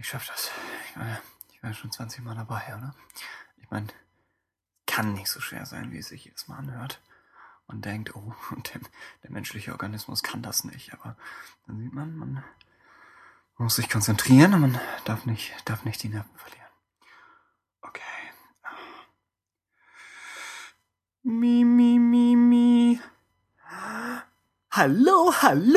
Ich schaff das. Ich war schon 20 Mal dabei, oder? Ich meine, kann nicht so schwer sein, wie es sich jedes Mal anhört. Und denkt, oh, der menschliche Organismus kann das nicht. Aber dann sieht man muss sich konzentrieren und man darf nicht die Nerven verlieren. Okay. Mi. Hallo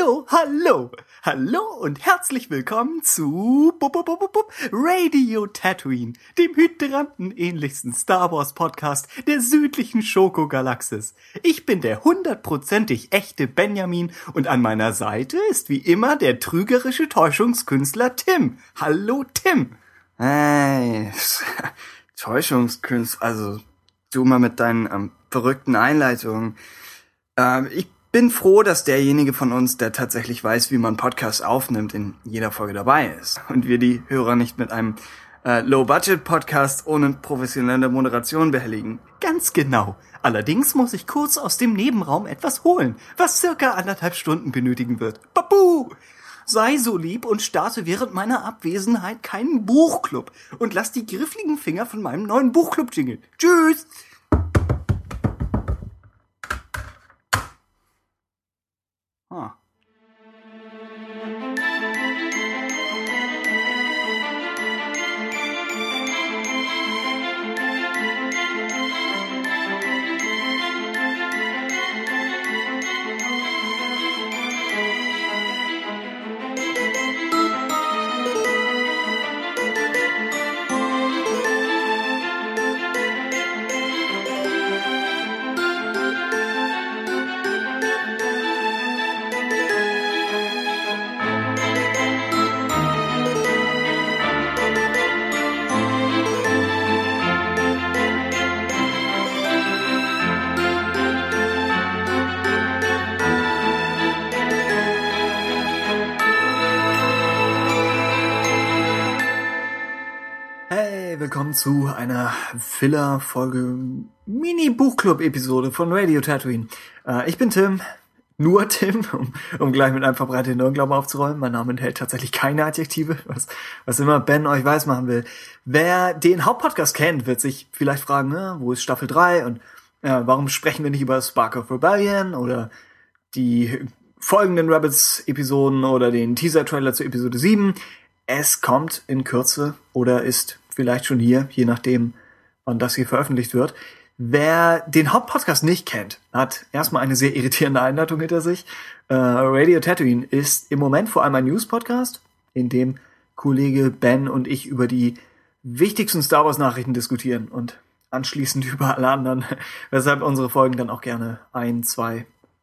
und herzlich willkommen zu Radio Tatooine, dem hydrantenähnlichsten Star Wars Podcast der südlichen Schokogalaxis. Ich bin der 100%ig echte Benjamin und an meiner Seite ist wie immer der trügerische Täuschungskünstler Tim. Hallo Tim. Hey, Täuschungskünstler, also du mal mit deinen verrückten Einleitungen. Ich bin froh, dass derjenige von uns, der tatsächlich weiß, wie man Podcasts aufnimmt, in jeder Folge dabei ist. Und wir die Hörer nicht mit einem Low-Budget-Podcast ohne professionelle Moderation behelligen. Ganz genau. Allerdings muss ich kurz aus dem Nebenraum etwas holen, was circa 1,5 Stunden benötigen wird. Babu! Sei so lieb und starte während meiner Abwesenheit keinen Buchclub und lass die griffligen Finger von meinem neuen Buchclub-Jingle. Tschüss! Ah. Willkommen zu einer Filler-Folge Mini-Buchclub-Episode von Radio Tatooine. Ich bin Tim, nur Tim, um gleich mit einem verbreiteten Irrglauben aufzuräumen. Mein Name enthält tatsächlich keine Adjektive, was immer Ben euch weismachen will. Wer den Hauptpodcast kennt, wird sich vielleicht fragen, wo ist Staffel 3 und warum sprechen wir nicht über Spark of Rebellion oder die folgenden Rabbits-Episoden oder den Teaser-Trailer zu Episode 7. Es kommt in Kürze oder ist vielleicht schon hier, je nachdem, wann das hier veröffentlicht wird. Wer den Hauptpodcast nicht kennt, hat erstmal eine sehr irritierende Einleitung hinter sich. Radio Tatooine ist im Moment vor allem ein News-Podcast, in dem Kollege Ben und ich über die wichtigsten Star Wars-Nachrichten diskutieren und anschließend über alle anderen, weshalb unsere Folgen dann auch gerne 1, 2,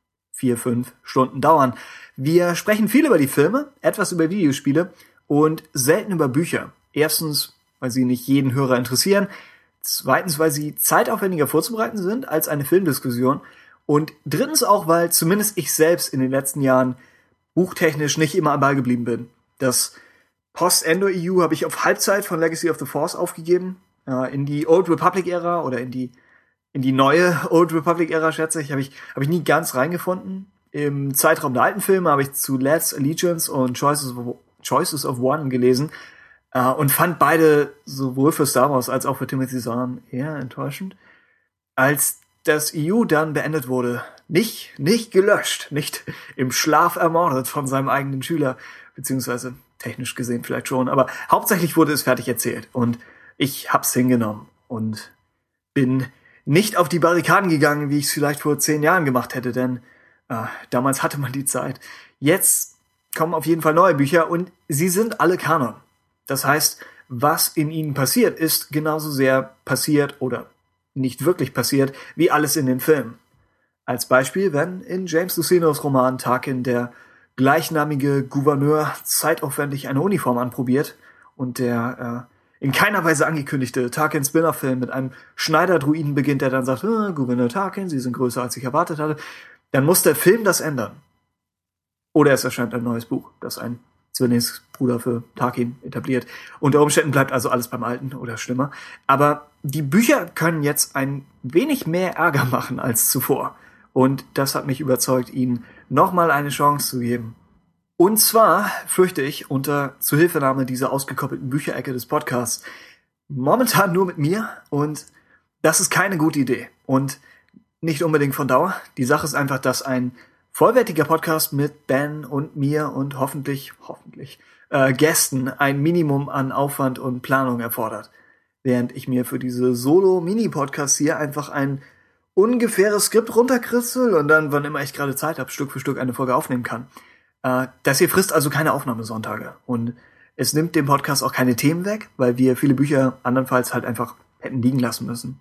4, 5 Stunden dauern. Wir sprechen viel über die Filme, etwas über Videospiele und selten über Bücher. Erstens, weil sie nicht jeden Hörer interessieren. Zweitens, weil sie zeitaufwendiger vorzubereiten sind als eine Filmdiskussion. Und drittens auch, weil zumindest ich selbst in den letzten Jahren buchtechnisch nicht immer am Ball geblieben bin. Das Post-Endo-EU habe ich auf Halbzeit von Legacy of the Force aufgegeben. In die Old Republic-Ära oder in die neue Old Republic-Ära, schätze ich, habe ich nie ganz reingefunden. Im Zeitraum der alten Filme habe ich zu Last Allegiance und Choices of One gelesen. Und fand beide sowohl für Star Wars als auch für Timothy Zahn eher enttäuschend. Als das EU dann beendet wurde, nicht gelöscht, nicht im Schlaf ermordet von seinem eigenen Schüler, beziehungsweise technisch gesehen vielleicht schon, aber hauptsächlich wurde es fertig erzählt und ich hab's hingenommen und bin nicht auf die Barrikaden gegangen, wie ich es vielleicht vor 10 Jahren gemacht hätte, denn damals hatte man die Zeit. Jetzt kommen auf jeden Fall neue Bücher und sie sind alle Kanon. Das heißt, was in ihnen passiert, ist genauso sehr passiert oder nicht wirklich passiert, wie alles in den Filmen. Als Beispiel, wenn in James Lucinos Roman Tarkin der gleichnamige Gouverneur zeitaufwendig eine Uniform anprobiert und der in keiner Weise angekündigte Tarkin-Spin-off-Film mit einem Schneider-Druiden beginnt, der dann sagt, Gouverneur Tarkin, Sie sind größer, als ich erwartet hatte, dann muss der Film das ändern. Oder es erscheint ein neues Buch, das ein Zwillingsbruder für Tarkin etabliert. Unter Umständen bleibt also alles beim Alten oder schlimmer. Aber die Bücher können jetzt ein wenig mehr Ärger machen als zuvor. Und das hat mich überzeugt, ihnen nochmal eine Chance zu geben. Und zwar fürchte ich unter Zuhilfenahme dieser ausgekoppelten Bücherecke des Podcasts momentan nur mit mir und das ist keine gute Idee und nicht unbedingt von Dauer. Die Sache ist einfach, dass ein vollwertiger Podcast mit Ben und mir und hoffentlich Gästen ein Minimum an Aufwand und Planung erfordert. Während ich mir für diese Solo-Mini-Podcasts hier einfach ein ungefähres Skript runterkritzel und dann, wann immer ich gerade Zeit habe, Stück für Stück eine Folge aufnehmen kann. Das hier frisst also keine Aufnahmesonntage. Und es nimmt dem Podcast auch keine Themen weg, weil wir viele Bücher andernfalls halt einfach hätten liegen lassen müssen.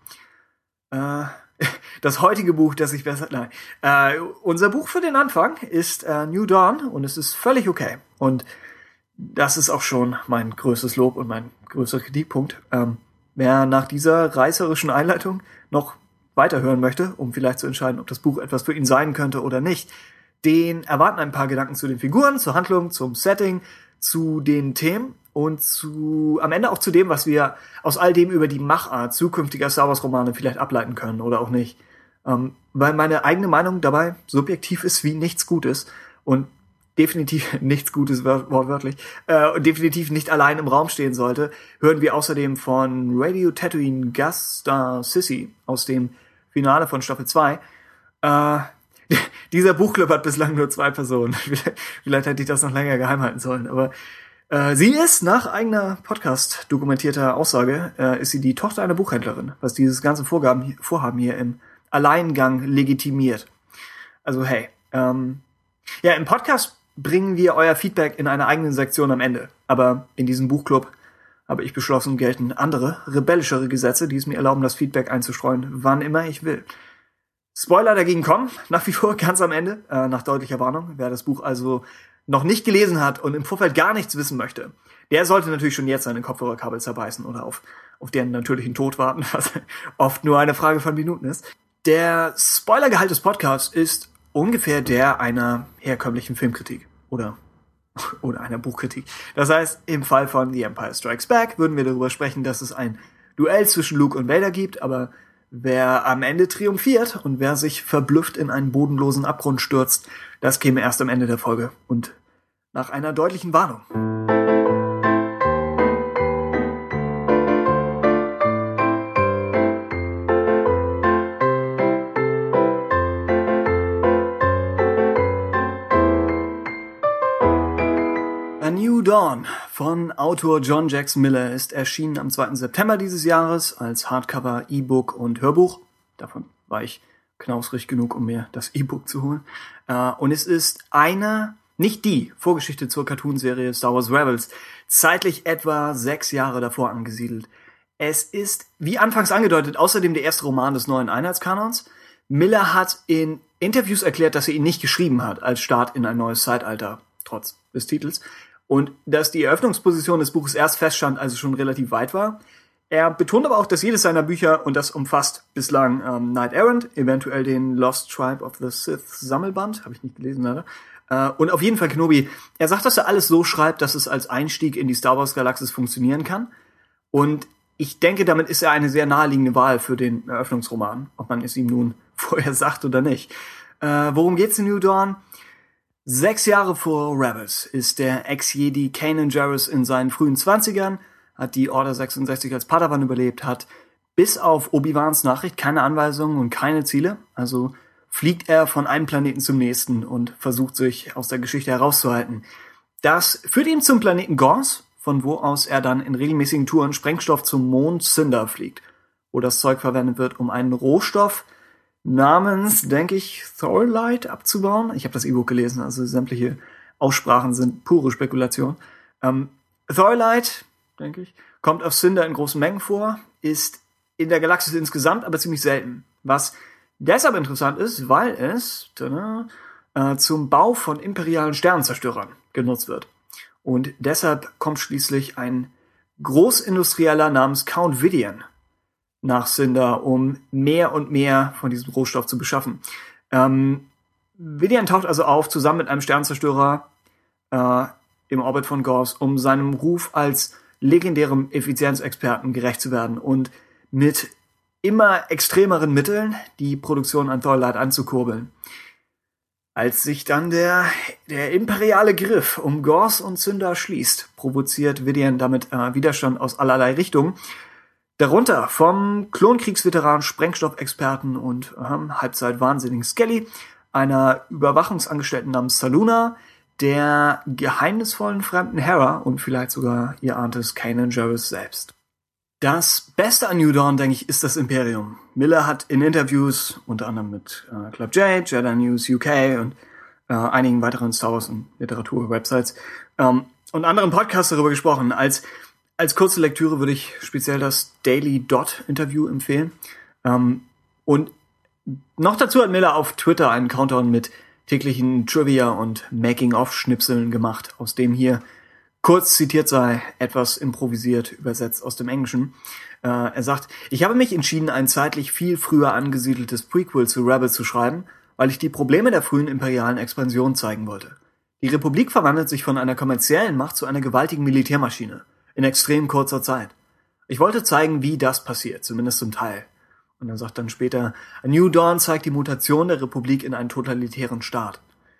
Das heutige Buch, das ich besser... Nein. Unser Buch für den Anfang ist New Dawn und es ist völlig okay. Und das ist auch schon mein größtes Lob und mein größter Kritikpunkt. Wer nach dieser reißerischen Einleitung noch weiterhören möchte, um vielleicht zu entscheiden, ob das Buch etwas für ihn sein könnte oder nicht, den erwarten ein paar Gedanken zu den Figuren, zur Handlung, zum Setting, zu den Themen und am Ende auch zu dem, was wir aus all dem über die Machart zukünftiger Star Wars Romane vielleicht ableiten können oder auch nicht. Weil meine eigene Meinung dabei subjektiv ist wie nichts Gutes und definitiv nichts Gutes wortwörtlich und definitiv nicht allein im Raum stehen sollte, hören wir außerdem von Radio Tatooine Gaststar Sissy aus dem Finale von Staffel 2. Dieser Buchclub hat bislang nur 2 Personen. Vielleicht hätte ich das noch länger geheim halten sollen. Aber sie ist nach eigener Podcast-dokumentierter Aussage, ist sie die Tochter einer Buchhändlerin, was dieses ganze Vorhaben hier im Alleingang legitimiert. Also hey, ja, im Podcast bringen wir euer Feedback in einer eigenen Sektion am Ende. Aber in diesem Buchclub habe ich beschlossen, gelten andere, rebellischere Gesetze, die es mir erlauben, das Feedback einzustreuen, wann immer ich will. Spoiler dagegen kommen, nach wie vor ganz am Ende, nach deutlicher Warnung. Wer das Buch also noch nicht gelesen hat und im Vorfeld gar nichts wissen möchte, der sollte natürlich schon jetzt seine Kopfhörerkabel zerbeißen oder auf deren natürlichen Tod warten, was oft nur eine Frage von Minuten ist. Der Spoilergehalt des Podcasts ist ungefähr der einer herkömmlichen Filmkritik oder einer Buchkritik. Das heißt, im Fall von The Empire Strikes Back würden wir darüber sprechen, dass es ein Duell zwischen Luke und Vader gibt, aber wer am Ende triumphiert und wer sich verblüfft in einen bodenlosen Abgrund stürzt, das käme erst am Ende der Folge und nach einer deutlichen Warnung. A New Dawn von Autor John Jackson Miller ist erschienen am 2. September dieses Jahres als Hardcover, E-Book und Hörbuch. Davon war ich knausrig genug, um mir das E-Book zu holen. Und es ist nicht die Vorgeschichte zur Cartoonserie Star Wars Rebels, zeitlich etwa 6 Jahre davor angesiedelt. Es ist, wie anfangs angedeutet, außerdem der erste Roman des neuen Einheitskanons. Miller hat in Interviews erklärt, dass er ihn nicht geschrieben hat als Start in ein neues Zeitalter, trotz des Titels. Und dass die Eröffnungsposition des Buches erst feststand, als es schon relativ weit war. Er betont aber auch, dass jedes seiner Bücher, und das umfasst bislang Knight Errant, eventuell den Lost Tribe of the Sith Sammelband, habe ich nicht gelesen leider, und auf jeden Fall Kenobi. Er sagt, dass er alles so schreibt, dass es als Einstieg in die Star Wars Galaxis funktionieren kann. Und ich denke, damit ist er eine sehr naheliegende Wahl für den Eröffnungsroman, ob man es ihm nun vorher sagt oder nicht. Worum geht's in New Dawn? 6 Jahre vor Rebels ist der Ex-Jedi Kanan Jarrus in seinen frühen 20ern, hat die Order 66 als Padawan überlebt, hat bis auf Obi-Wans Nachricht keine Anweisungen und keine Ziele, also fliegt er von einem Planeten zum nächsten und versucht sich aus der Geschichte herauszuhalten. Das führt ihn zum Planeten Gors, von wo aus er dann in regelmäßigen Touren Sprengstoff zum Mond Cinder fliegt, wo das Zeug verwendet wird, um einen Rohstoff namens, denke ich, Thorlight abzubauen. Ich habe das E-Book gelesen, also sämtliche Aussprachen sind pure Spekulation. Thorlight, denke ich, kommt auf Cinder in großen Mengen vor, ist in der Galaxis insgesamt aber ziemlich selten. Was deshalb interessant ist, weil es zum Bau von imperialen Sternenzerstörern genutzt wird. Und deshalb kommt schließlich ein Großindustrieller namens Count Vidian nach Cinder, um mehr und mehr von diesem Rohstoff zu beschaffen. Vidian taucht also auf, zusammen mit einem Sternzerstörer im Orbit von Gors, um seinem Ruf als legendärem Effizienzexperten gerecht zu werden und mit immer extremeren Mitteln die Produktion an Thorlight anzukurbeln. Als sich dann der imperiale Griff um Gors und Cinder schließt, provoziert Vidian damit Widerstand aus allerlei Richtungen. Darunter vom Klonkriegsveteran, Sprengstoffexperten und halbzeit-wahnsinnigen Skelly, einer Überwachungsangestellten namens Saluna, der geheimnisvollen fremden Hera und vielleicht sogar, ihr ahnt es, Kanan Jarrus selbst. Das Beste an New Dawn, denke ich, ist das Imperium. Miller hat in Interviews, unter anderem mit Club J, Jedi News UK und einigen weiteren Star Wars und Literatur-Websites und anderen Podcasts darüber gesprochen. Als kurze Lektüre würde ich speziell das Daily Dot Interview empfehlen. Und noch dazu hat Miller auf Twitter einen Countdown mit täglichen Trivia und Making-of-Schnipseln gemacht, aus dem hier kurz zitiert sei, etwas improvisiert übersetzt aus dem Englischen. Er sagt, ich habe mich entschieden, ein zeitlich viel früher angesiedeltes Prequel zu Rebels zu schreiben, weil ich die Probleme der frühen imperialen Expansion zeigen wollte. Die Republik verwandelt sich von einer kommerziellen Macht zu einer gewaltigen Militärmaschine in extrem kurzer Zeit. Ich wollte zeigen, wie das passiert, zumindest zum Teil. Und er sagt dann später, A New Dawn zeigt die Mutation der Republik in einen totalitären Staat.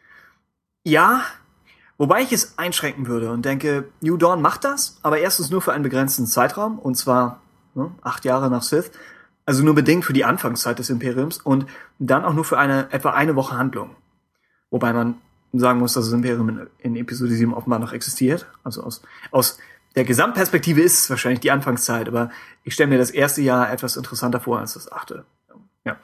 Ja, wobei ich es einschränken würde und denke, New Dawn macht das, aber erstens nur für einen begrenzten Zeitraum, und zwar 8 Jahre nach Sith, also nur bedingt für die Anfangszeit des Imperiums und dann auch nur für etwa eine Woche Handlung. Wobei man sagen muss, dass das Imperium in Episode 7 offenbar noch existiert. Also aus der Gesamtperspektive ist es wahrscheinlich die Anfangszeit, aber ich stelle mir das erste Jahr etwas interessanter vor als das 8. Ja.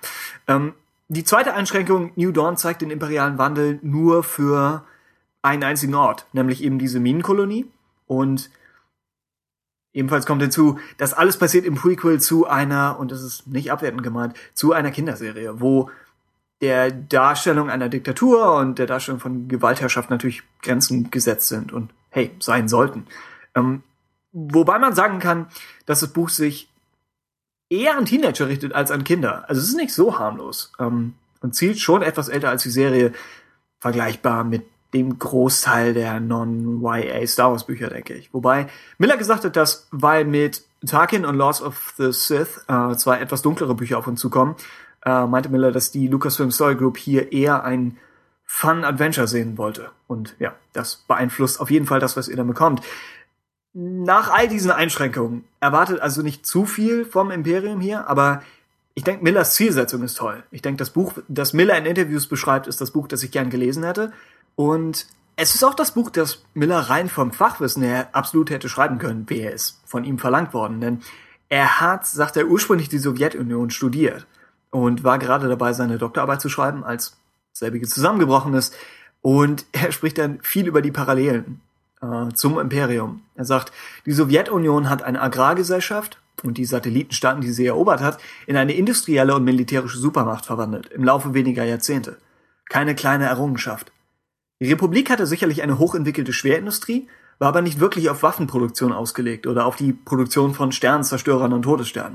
Die zweite Einschränkung, New Dawn zeigt den imperialen Wandel nur für einen einzigen Ort, nämlich eben diese Minenkolonie. Und ebenfalls kommt hinzu, dass alles passiert im Prequel zu einer, und das ist nicht abwertend gemeint, zu einer Kinderserie, wo der Darstellung einer Diktatur und der Darstellung von Gewaltherrschaft natürlich Grenzen gesetzt sind und, hey, sein sollten. Wobei man sagen kann, dass das Buch sich eher an Teenager richtet als an Kinder. Also es ist nicht so harmlos und zielt schon etwas älter als die Serie, vergleichbar mit dem Großteil der Non-YA Star Wars Bücher, denke ich. Wobei Miller gesagt hat, dass, weil mit Tarkin und Lords of the Sith 2 etwas dunklere Bücher auf uns zukommen, meinte Miller, dass die Lucasfilm Story Group hier eher ein Fun-Adventure sehen wollte. Und ja, das beeinflusst auf jeden Fall das, was ihr dann bekommt. Nach all diesen Einschränkungen erwartet also nicht zu viel vom Imperium hier, aber ich denke, Millers Zielsetzung ist toll. Ich denke, das Buch, das Miller in Interviews beschreibt, ist das Buch, das ich gern gelesen hätte. Und es ist auch das Buch, das Miller rein vom Fachwissen her absolut hätte schreiben können, wäre es von ihm verlangt worden. Denn er hat, sagt er, ursprünglich die Sowjetunion studiert und war gerade dabei, seine Doktorarbeit zu schreiben, als selbige zusammengebrochen ist. Und er spricht dann viel über die Parallelen zum Imperium. Er sagt, die Sowjetunion hat eine Agrargesellschaft und die Satellitenstaaten, die sie erobert hat, in eine industrielle und militärische Supermacht verwandelt, im Laufe weniger Jahrzehnte. Keine kleine Errungenschaft. Die Republik hatte sicherlich eine hochentwickelte Schwerindustrie, war aber nicht wirklich auf Waffenproduktion ausgelegt oder auf die Produktion von Sternenzerstörern und Todessternen.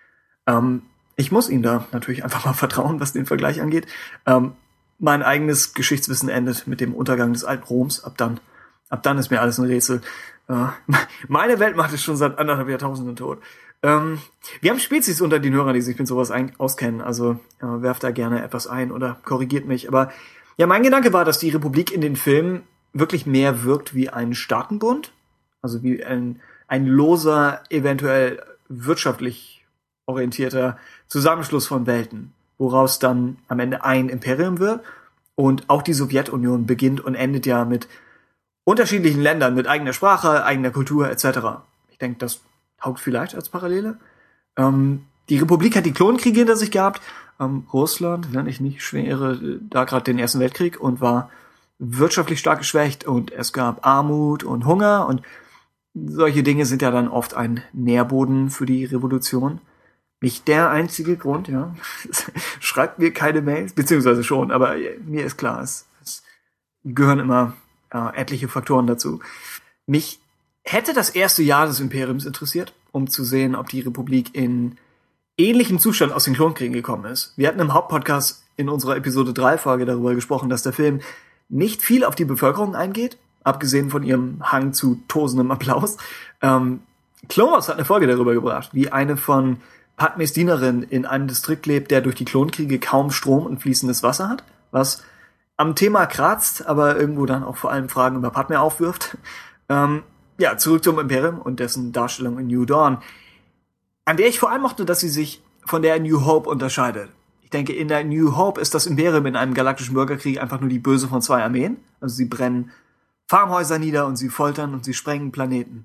Ich muss ihm da natürlich einfach mal vertrauen, was den Vergleich angeht. Mein eigenes Geschichtswissen endet mit dem Untergang des alten Roms. Ab dann ist mir alles ein Rätsel. Meine Weltmacht ist schon seit 1,5 Jahrtausenden tot. Wir haben Spezies unter den Hörern, die sich mit sowas auskennen. Also werft da gerne etwas ein oder korrigiert mich. Aber ja, mein Gedanke war, dass die Republik in den Filmen wirklich mehr wirkt wie ein Staatenbund. Also wie ein loser, eventuell wirtschaftlich orientierter Zusammenschluss von Welten, woraus dann am Ende ein Imperium wird. Und auch die Sowjetunion beginnt und endet ja mit unterschiedlichen Ländern, mit eigener Sprache, eigener Kultur etc. Ich denke, das taugt vielleicht als Parallele. Die Republik hat die Klonkriege hinter sich gehabt. Russland, wenn ich nicht schwer irre, da gerade den Ersten Weltkrieg und war wirtschaftlich stark geschwächt und es gab Armut und Hunger und solche Dinge sind ja dann oft ein Nährboden für die Revolution. Nicht der einzige Grund, ja. Schreibt mir keine Mails, beziehungsweise schon, aber mir ist klar, es gehören immer etliche Faktoren dazu. Mich hätte das erste Jahr des Imperiums interessiert, um zu sehen, ob die Republik in ähnlichem Zustand aus den Klonkriegen gekommen ist. Wir hatten im Hauptpodcast in unserer Episode 3 Folge darüber gesprochen, dass der Film nicht viel auf die Bevölkerung eingeht, abgesehen von ihrem Hang zu tosendem Applaus. Clone Wars hat eine Folge darüber gebracht, wie eine von Padmes Dienerin in einem Distrikt lebt, der durch die Klonkriege kaum Strom und fließendes Wasser hat, was am Thema kratzt, aber irgendwo dann auch vor allem Fragen über Padmé aufwirft. Zurück zum Imperium und dessen Darstellung in New Dawn, an der ich vor allem mochte, dass sie sich von der New Hope unterscheidet. Ich denke, in der New Hope ist das Imperium in einem galaktischen Bürgerkrieg einfach nur die Böse von zwei Armeen. Also sie brennen Farmhäuser nieder und sie foltern und sie sprengen Planeten.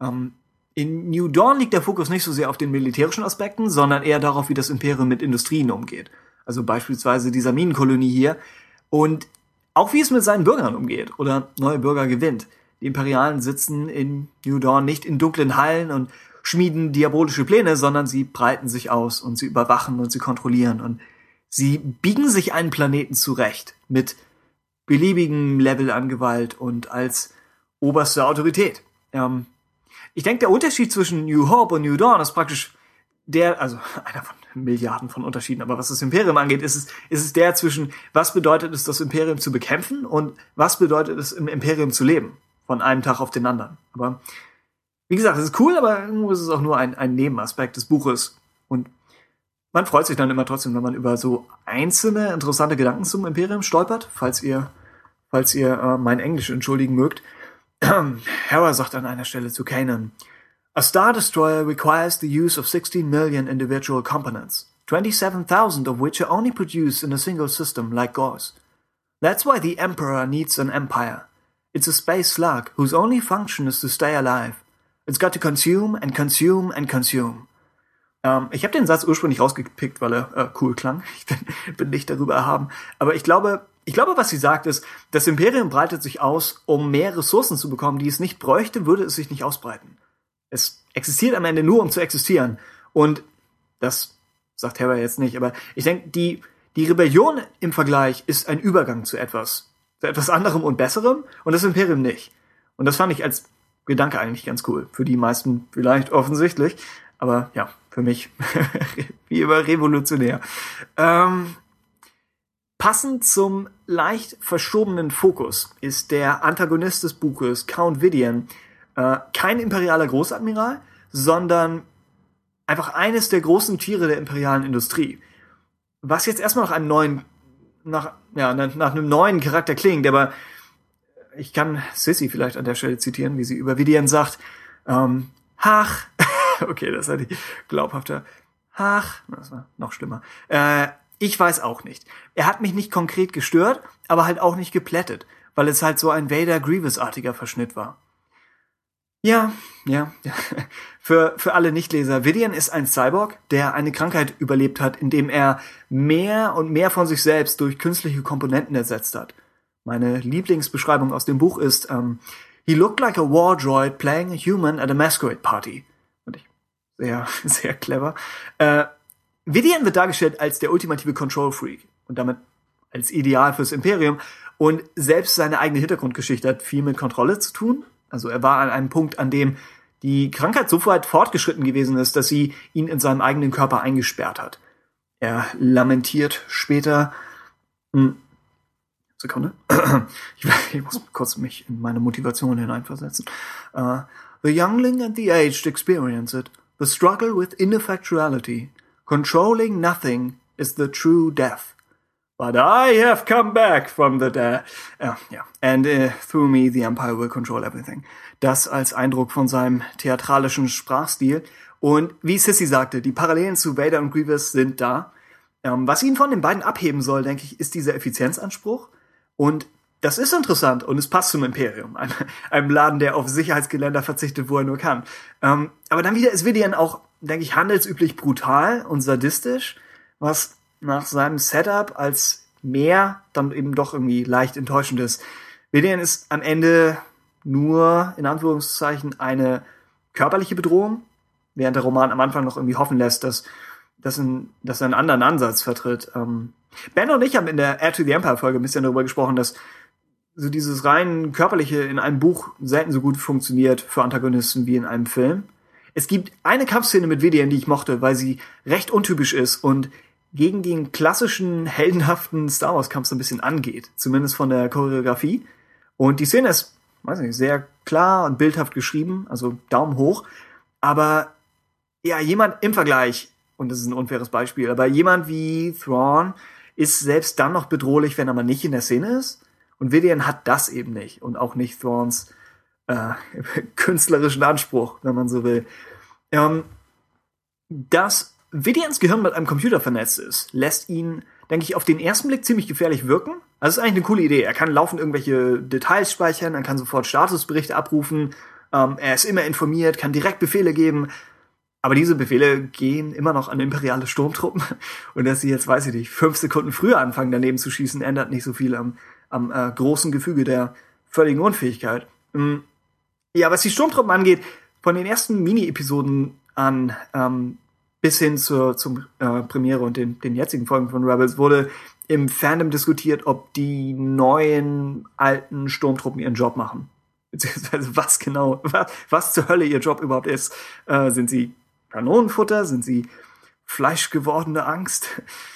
In New Dawn liegt der Fokus nicht so sehr auf den militärischen Aspekten, sondern eher darauf, wie das Imperium mit Industrien umgeht. Also beispielsweise dieser Minenkolonie hier. Und auch wie es mit seinen Bürgern umgeht oder neue Bürger gewinnt. Die Imperialen sitzen in New Dawn nicht in dunklen Hallen und schmieden diabolische Pläne, sondern sie breiten sich aus und sie überwachen und sie kontrollieren und sie biegen sich einen Planeten zurecht mit beliebigem Level an Gewalt und als oberste Autorität. Ich denke, der Unterschied zwischen New Hope und New Dawn ist praktisch einer von Milliarden von Unterschieden, aber was das Imperium angeht, ist es der zwischen, was bedeutet es, das Imperium zu bekämpfen und was bedeutet es, im Imperium zu leben, von einem Tag auf den anderen. Aber wie gesagt, es ist cool, aber irgendwo ist es auch nur ein Nebenaspekt des Buches. Und man freut sich dann immer trotzdem, wenn man über so einzelne interessante Gedanken zum Imperium stolpert, falls ihr mein Englisch entschuldigen mögt. Hera sagt an einer Stelle zu Kanan: A Star Destroyer requires the use of 16 million individual components, 27,000 of which are only produced in a single system like Gor's. That's why the Emperor needs an empire. It's a space slug whose only function is to stay alive. It's got to consume and consume and consume. Ich habe den Satz ursprünglich rausgepickt, weil er cool klang. Ich bin nicht darüber erhaben. Aber ich glaube, was sie sagt, ist, das Imperium breitet sich aus, um mehr Ressourcen zu bekommen, die es nicht bräuchte, würde es sich nicht ausbreiten. Es existiert am Ende nur, um zu existieren. Und das sagt Hera jetzt nicht, aber ich denke, die Rebellion im Vergleich ist ein Übergang zu etwas anderem und Besserem und das Imperium nicht. Und das fand ich als Gedanke eigentlich ganz cool. Für die meisten vielleicht offensichtlich, aber ja, für mich wie immer revolutionär. Passend zum leicht verschobenen Fokus ist der Antagonist des Buches, Count Vidian, kein imperialer Großadmiral, sondern einfach eines der großen Tiere der imperialen Industrie. Was jetzt erstmal nach einem neuen Charakter klingt, aber ich kann Sissy vielleicht an der Stelle zitieren, wie sie über Vidian sagt, okay, das war die glaubhafte, das war noch schlimmer, ich weiß auch nicht. Er hat mich nicht konkret gestört, aber halt auch nicht geplättet, weil es halt so ein Vader-Grievous-artiger Verschnitt war. Ja. Für alle Nichtleser, Vidian ist ein Cyborg, der eine Krankheit überlebt hat, indem er mehr und mehr von sich selbst durch künstliche Komponenten ersetzt hat. Meine Lieblingsbeschreibung aus dem Buch ist, he looked like a war droid playing a human at a masquerade party. Und sehr, sehr clever. Vidian wird dargestellt als der ultimative Control-Freak und damit als Ideal fürs Imperium. Und selbst seine eigene Hintergrundgeschichte hat viel mit Kontrolle zu tun. Also er war an einem Punkt, an dem die Krankheit so weit fortgeschritten gewesen ist, dass sie ihn in seinem eigenen Körper eingesperrt hat. Er lamentiert später, Sekunde, ich muss kurz mich in meine Motivation hineinversetzen. The youngling and the aged experience it, the struggle with ineffectuality. Controlling nothing is the true death. But I have come back from the dead. And through me the Empire will control everything. Das als Eindruck von seinem theatralischen Sprachstil. Und wie Sissy sagte, die Parallelen zu Vader und Grievous sind da. Was ihn von den beiden abheben soll, denke ich, ist dieser Effizienzanspruch. Und das ist interessant und es passt zum Imperium. Einem Laden, der auf Sicherheitsgeländer verzichtet, wo er nur kann. Aber dann wieder ist Vidian auch, denke ich, handelsüblich brutal und sadistisch, was nach seinem Setup als mehr dann eben doch irgendwie leicht enttäuschend ist. Vidian ist am Ende nur, in Anführungszeichen, eine körperliche Bedrohung, während der Roman am Anfang noch irgendwie hoffen lässt, dass er einen anderen Ansatz vertritt. Ben und ich haben in der Heir to the Empire Folge ein bisschen darüber gesprochen, dass so dieses rein körperliche in einem Buch selten so gut funktioniert für Antagonisten wie in einem Film. Es gibt eine Kampfszene mit Vidian, die ich mochte, weil sie recht untypisch ist und gegen den klassischen, heldenhaften Star Wars-Kampf so ein bisschen angeht. Zumindest von der Choreografie. Und die Szene ist, weiß nicht, sehr klar und bildhaft geschrieben, also Daumen hoch. Aber ja, jemand im Vergleich, und das ist ein unfaires Beispiel, aber jemand wie Thrawn ist selbst dann noch bedrohlich, wenn er mal nicht in der Szene ist. Und Vidian hat das eben nicht. Und auch nicht Thrawns künstlerischen Anspruch, wenn man so will. Dass Vidians Gehirn mit einem Computer vernetzt ist, lässt ihn, denke ich, auf den ersten Blick ziemlich gefährlich wirken. Also es ist eigentlich eine coole Idee. Er kann laufend irgendwelche Details speichern, er kann sofort Statusberichte abrufen, er ist immer informiert, kann direkt Befehle geben. Aber diese Befehle gehen immer noch an imperiale Sturmtruppen. Und dass sie jetzt, weiß ich nicht, 5 Sekunden früher anfangen, daneben zu schießen, ändert nicht so viel am großen Gefüge der völligen Unfähigkeit. Ja, was die Sturmtruppen angeht, von den ersten Mini-Episoden an bis hin zur Premiere und den jetzigen Folgen von Rebels wurde im Fandom diskutiert, ob die neuen, alten Sturmtruppen ihren Job machen. Beziehungsweise was genau, was zur Hölle ihr Job überhaupt ist. Sind sie Kanonenfutter? Sind sie fleischgewordene Angst?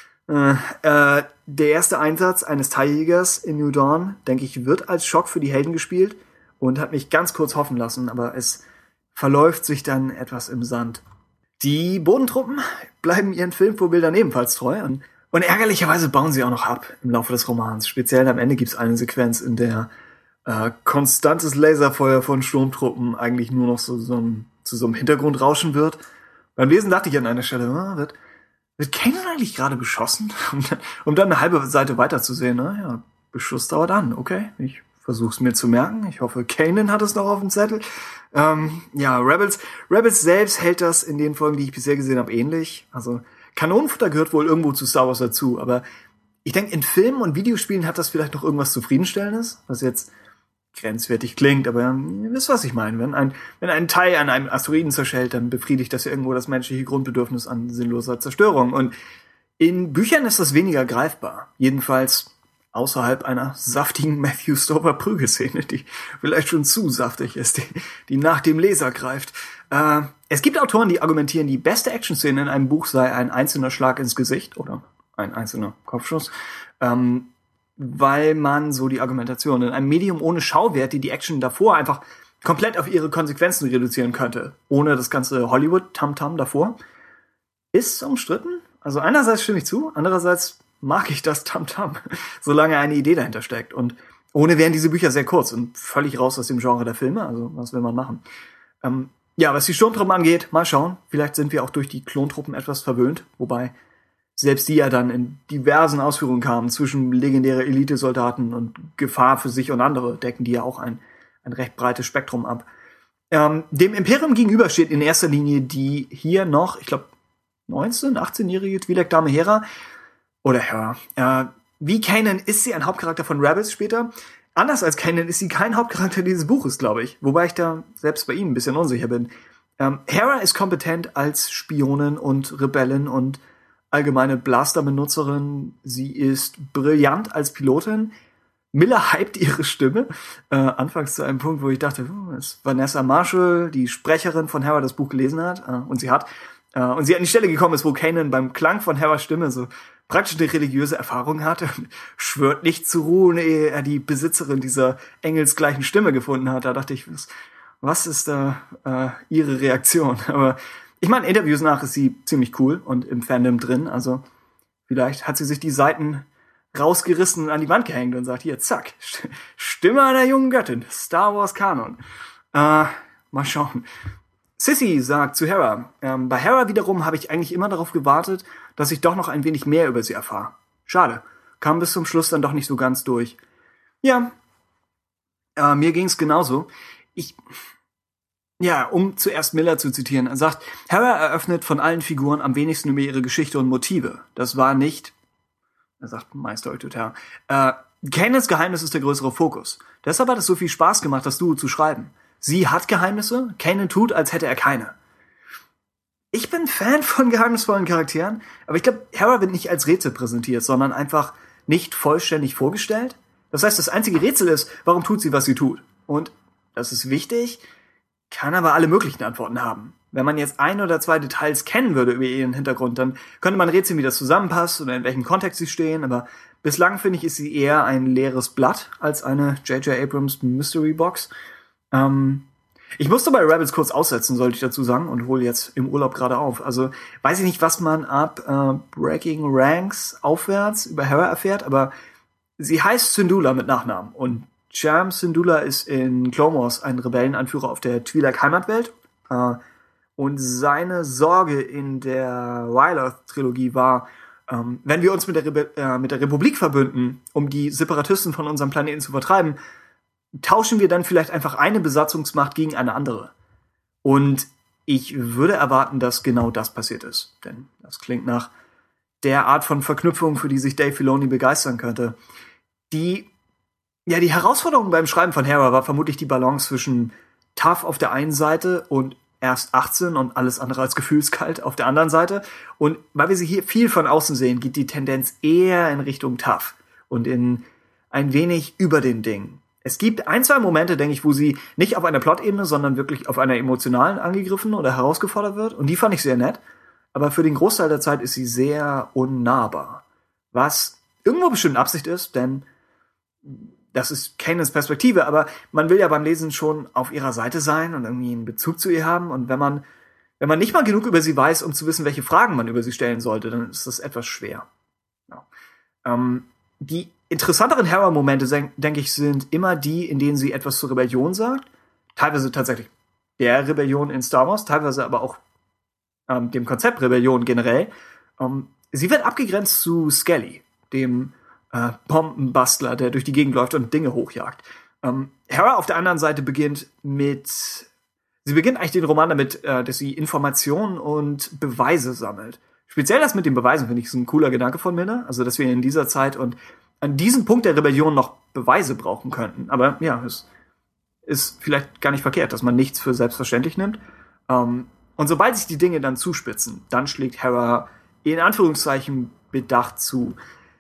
Der erste Einsatz eines Teiljägers in New Dawn, denke ich, wird als Schock für die Helden gespielt und hat mich ganz kurz hoffen lassen, aber es verläuft sich dann etwas im Sand. Die Bodentruppen bleiben ihren Filmvorbildern ebenfalls treu und ärgerlicherweise bauen sie auch noch ab im Laufe des Romans. Speziell am Ende gibt's eine Sequenz, in der konstantes Laserfeuer von Sturmtruppen eigentlich nur noch zu so einem Hintergrundrauschen wird. Beim Lesen dachte ich an einer Stelle, wird Kanan eigentlich gerade beschossen? Um dann eine halbe Seite weiterzusehen. Ja, Beschuss dauert an. Okay, ich versuch's mir zu merken. Ich hoffe, Kanan hat es noch auf dem Zettel. Ja, Rebels selbst hält das in den Folgen, die ich bisher gesehen habe, ähnlich. Also Kanonenfutter gehört wohl irgendwo zu Star Wars dazu, aber ich denke, in Filmen und Videospielen hat das vielleicht noch irgendwas Zufriedenstellendes, was jetzt grenzwertig klingt, aber ihr wisst, was ich meine. Wenn ein Teil an einem Asteroiden zerschellt, dann befriedigt das ja irgendwo das menschliche Grundbedürfnis an sinnloser Zerstörung. Und in Büchern ist das weniger greifbar. Jedenfalls außerhalb einer saftigen Matthew Stover Prügelszene, die vielleicht schon zu saftig ist, die nach dem Leser greift. Es gibt Autoren, die argumentieren, die beste Action-Szene in einem Buch sei ein einzelner Schlag ins Gesicht oder ein einzelner Kopfschuss. Weil man so die Argumentation in einem Medium ohne Schauwert, die Action davor einfach komplett auf ihre Konsequenzen reduzieren könnte, ohne das ganze Hollywood-Tamtam davor, ist umstritten. Also einerseits stimme ich zu, andererseits mag ich das Tamtam, solange eine Idee dahinter steckt. Und ohne wären diese Bücher sehr kurz und völlig raus aus dem Genre der Filme, also was will man machen? Ja, was die Sturmtruppen angeht, mal schauen. Vielleicht sind wir auch durch die Klontruppen etwas verwöhnt, wobei selbst die ja dann in diversen Ausführungen kamen, zwischen legendäre Elitesoldaten und Gefahr für sich und andere, decken die ja auch ein recht breites Spektrum ab. Dem Imperium gegenüber steht in erster Linie die hier noch, ich glaube, 18-jährige Twi'lek-Dame Hera. Oder Hera. Wie Kanan ist sie ein Hauptcharakter von Rebels später. Anders als Kanan ist sie kein Hauptcharakter dieses Buches, glaube ich. Wobei ich da selbst bei ihm ein bisschen unsicher bin. Hera ist kompetent als Spionin und Rebellin und allgemeine Blaster-Benutzerin. Sie ist brillant als Pilotin. Miller hypt ihre Stimme. Anfangs zu einem Punkt, wo ich dachte, ist Vanessa Marshall, die Sprecherin von Hera, das Buch gelesen hat. Und sie hat an die Stelle gekommen ist, wo Kanan beim Klang von Heras Stimme so praktisch eine religiöse Erfahrung hatte und schwört nicht zu ruhen, ehe er die Besitzerin dieser engelsgleichen Stimme gefunden hat. Da dachte ich, was ist da ihre Reaktion? Aber ich meine, Interviews nach ist sie ziemlich cool und im Fandom drin. Also vielleicht hat sie sich die Seiten rausgerissen und an die Wand gehängt und sagt, hier, zack, Stimme einer jungen Göttin, Star Wars Kanon. Mal schauen. Sissy sagt zu Hera, bei Hera wiederum habe ich eigentlich immer darauf gewartet, dass ich doch noch ein wenig mehr über sie erfahre. Schade, kam bis zum Schluss dann doch nicht so ganz durch. Ja, mir ging's genauso. Um zuerst Miller zu zitieren, er sagt, Hera eröffnet von allen Figuren am wenigsten über ihre Geschichte und Motive. Das war nicht, er sagt Meister Autoritär, Kanans Geheimnis ist der größere Fokus. Deshalb hat es so viel Spaß gemacht, das Duo zu schreiben. Sie hat Geheimnisse, Kanan tut, als hätte er keine. Ich bin Fan von geheimnisvollen Charakteren, aber ich glaube, Hera wird nicht als Rätsel präsentiert, sondern einfach nicht vollständig vorgestellt. Das heißt, das einzige Rätsel ist, warum tut sie, was sie tut? Und, das ist wichtig, kann aber alle möglichen Antworten haben. Wenn man jetzt 1 oder 2 Details kennen würde über ihren Hintergrund, dann könnte man rätseln, wie das zusammenpasst oder in welchem Kontext sie stehen, aber bislang finde ich, ist sie eher ein leeres Blatt als eine J.J. Abrams Mystery Box. Ich musste bei Rebels kurz aussetzen, sollte ich dazu sagen, und hole jetzt im Urlaub gerade auf. Also weiß ich nicht, was man ab Breaking Ranks aufwärts über Hera erfährt, aber sie heißt Syndulla mit Nachnamen. Und Cham Syndulla ist in Clone Wars ein Rebellenanführer auf der Twi'lek Heimatwelt. Und seine Sorge in der Ryloth-Trilogie war, wenn wir uns mit der Republik verbünden, um die Separatisten von unserem Planeten zu vertreiben, tauschen wir dann vielleicht einfach eine Besatzungsmacht gegen eine andere. Und ich würde erwarten, dass genau das passiert ist. Denn das klingt nach der Art von Verknüpfung, für die sich Dave Filoni begeistern könnte. Die Herausforderung beim Schreiben von Hera war vermutlich die Balance zwischen tough auf der einen Seite und erst 18 und alles andere als gefühlskalt auf der anderen Seite. Und weil wir sie hier viel von außen sehen, geht die Tendenz eher in Richtung tough und in ein wenig über den Dingen. Es gibt ein, zwei Momente, denke ich, wo sie nicht auf einer Plot-Ebene, sondern wirklich auf einer emotionalen angegriffen oder herausgefordert wird. Und die fand ich sehr nett. Aber für den Großteil der Zeit ist sie sehr unnahbar. Was irgendwo bestimmt Absicht ist, denn das ist Kanans Perspektive, aber man will ja beim Lesen schon auf ihrer Seite sein und irgendwie einen Bezug zu ihr haben. Und wenn man nicht mal genug über sie weiß, um zu wissen, welche Fragen man über sie stellen sollte, dann ist das etwas schwer. Ja. Die interessanteren Hera-Momente, denke ich, sind immer die, in denen sie etwas zur Rebellion sagt. Teilweise tatsächlich der Rebellion in Star Wars, teilweise aber auch dem Konzept Rebellion generell. Sie wird abgegrenzt zu Skelly, dem Bombenbastler, der durch die Gegend läuft und Dinge hochjagt. Hera auf der anderen Seite beginnt eigentlich den Roman damit, dass sie Informationen und Beweise sammelt. Speziell das mit den Beweisen finde ich ist ein cooler Gedanke von Miller. Also, dass wir in dieser Zeit und an diesem Punkt der Rebellion noch Beweise brauchen könnten. Aber ja, es ist vielleicht gar nicht verkehrt, dass man nichts für selbstverständlich nimmt. Und sobald sich die Dinge dann zuspitzen, dann schlägt Hera in Anführungszeichen bedacht zu.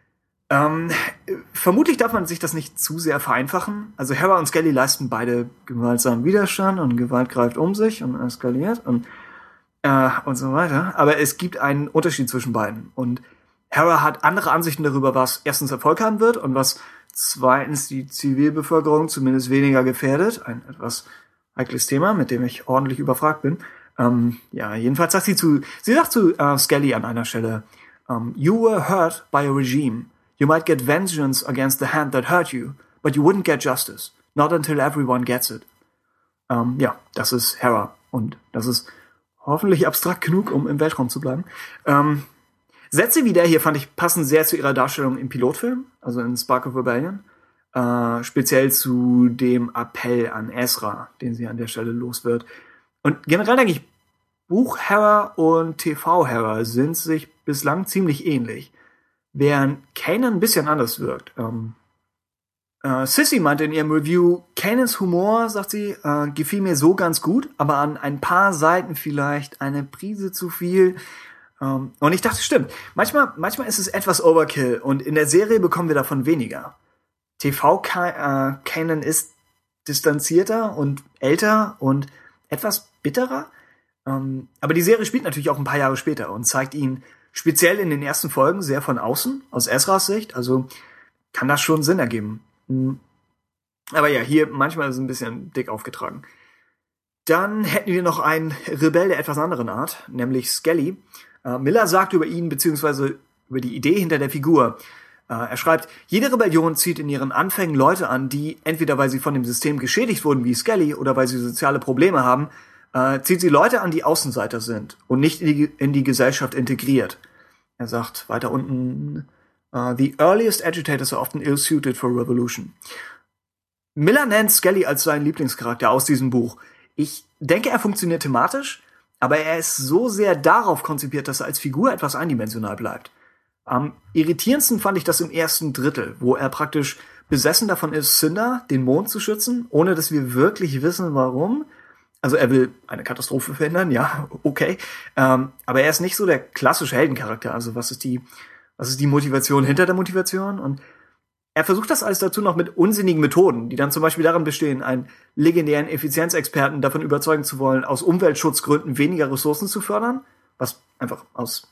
Vermutlich darf man sich das nicht zu sehr vereinfachen. Also Hera und Skelly leisten beide gewaltsamen Widerstand und Gewalt greift um sich und eskaliert und so weiter. Aber es gibt einen Unterschied zwischen beiden. Und Hera hat andere Ansichten darüber, was erstens Erfolg haben wird und was zweitens die Zivilbevölkerung zumindest weniger gefährdet. Ein etwas heikles Thema, mit dem ich ordentlich überfragt bin. Jedenfalls sagt sie sagt zu Skelly an einer Stelle, You were hurt by a regime. You might get vengeance against the hand that hurt you, but you wouldn't get justice. Not until everyone gets it. Das ist Hera. Und das ist hoffentlich abstrakt genug, um im Weltraum zu bleiben. Sätze wie der hier, fand ich, passen sehr zu ihrer Darstellung im Pilotfilm, also in Spark of Rebellion. Speziell zu dem Appell an Ezra, den sie an der Stelle los wird. Und generell denke ich, Buch Hera und TV Hera sind sich bislang ziemlich ähnlich, während Kanan ein bisschen anders wirkt. Sissy meinte in ihrem Review, Kanans Humor, sagt sie, gefiel mir so ganz gut, aber an ein paar Seiten vielleicht eine Prise zu viel. Und ich dachte, stimmt, manchmal ist es etwas Overkill und in der Serie bekommen wir davon weniger. TV-Kanan ist distanzierter und älter und etwas bitterer. Aber die Serie spielt natürlich auch ein paar Jahre später und zeigt ihn speziell in den ersten Folgen sehr von außen, aus Ezras Sicht. Also kann das schon Sinn ergeben. Aber ja, hier manchmal ist es ein bisschen dick aufgetragen. Dann hätten wir noch einen Rebell der etwas anderen Art, nämlich Skelly. Miller sagt über ihn, beziehungsweise über die Idee hinter der Figur. Er schreibt, jede Rebellion zieht in ihren Anfängen Leute an, die, entweder weil sie von dem System geschädigt wurden wie Skelly oder weil sie soziale Probleme haben, zieht sie Leute an, die Außenseiter sind und nicht in die Gesellschaft integriert. Er sagt weiter unten, the earliest agitators are often ill-suited for revolution. Miller nennt Skelly als seinen Lieblingscharakter aus diesem Buch. Ich denke, er funktioniert thematisch, aber er ist so sehr darauf konzipiert, dass er als Figur etwas eindimensional bleibt. Am irritierendsten fand ich das im ersten Drittel, wo er praktisch besessen davon ist, Cinder, den Mond zu schützen, ohne dass wir wirklich wissen, warum. Also er will eine Katastrophe verhindern, ja, okay. Aber er ist nicht so der klassische Heldencharakter. Also was ist die Motivation hinter der Motivation? Und er versucht das alles dazu noch mit unsinnigen Methoden, die dann zum Beispiel darin bestehen, einen legendären Effizienzexperten davon überzeugen zu wollen, aus Umweltschutzgründen weniger Ressourcen zu fördern, was einfach aus